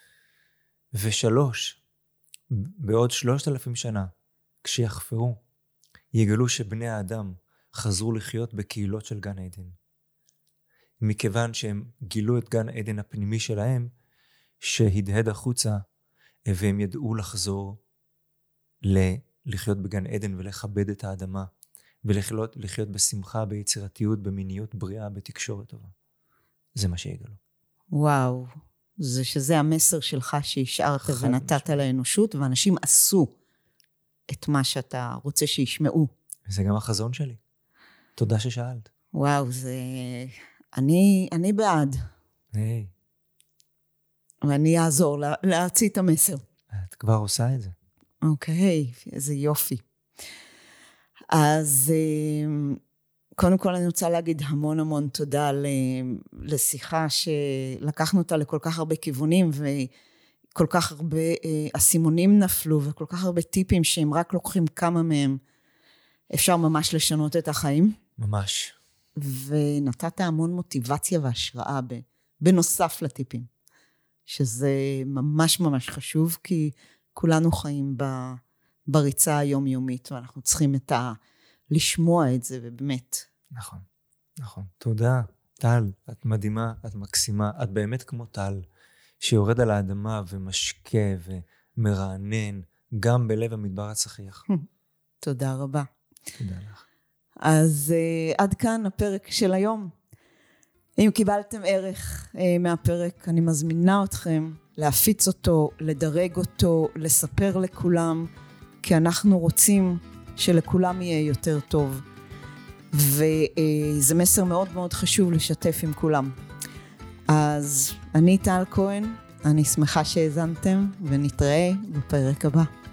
3, בעוד 3,000 שנה, כשיחפרו, יגלו שבני האדם חזרו לחיות בקהילות של גן עדן. מכיוון שהם גילו את גן עדן הפנימי שלהם, שהדהד החוצה, והם ידעו לחזור לחיות בגן עדן ולכבד את האדמה, ולחיות בשמחה, ביצירתיות, במיניות בריאה, בתקשורת טובה. זה מה שיגלו. וואו, שזה המסר שלך שהשארת ונתת לאנושות, ואנשים עשו את מה שאתה רוצה שישמעו. וזה גם החזון שלי. תודה ששאלת. וואו, אני בעד. היי. ואני אעזור להוציא את המסר. את כבר עושה את זה. אוקיי, איזה יופי. אז קודם כל אני רוצה להגיד המון המון תודה לשיחה שלקחנו אותה לכל כך הרבה כיוונים, וכל כך הרבה הסימונים נפלו, וכל כך הרבה טיפים שהם רק לוקחים כמה מהם, אפשר ממש לשנות את החיים. ממש. ונתת המון מוטיבציה והשראה בנוסף לטיפים, שזה ממש ממש חשוב, כי כולנו חיים בריצה היומיומית, ואנחנו צריכים לשמוע את זה, ובאמת. נכון, נכון. תודה, טל, את מדהימה, את מקסימה, את באמת כמו טל, שיורד על האדמה ומשקה ומרענן, גם בלב המדבר הצחיח. תודה רבה. תודה לך. אז עד כאן הפרק של היום. אם קיבלתם ערך מהפרק, אני מזמינה אתכם להפיץ אותו, לדרג אותו, לספר לכולם, כי אנחנו רוצים שלכולם יהיה יותר טוב. וזה מסר מאוד מאוד חשוב לשתף עם כולם. אז אני טל כהן, אני שמחה שהאזנתם, ונתראה בפרק הבא.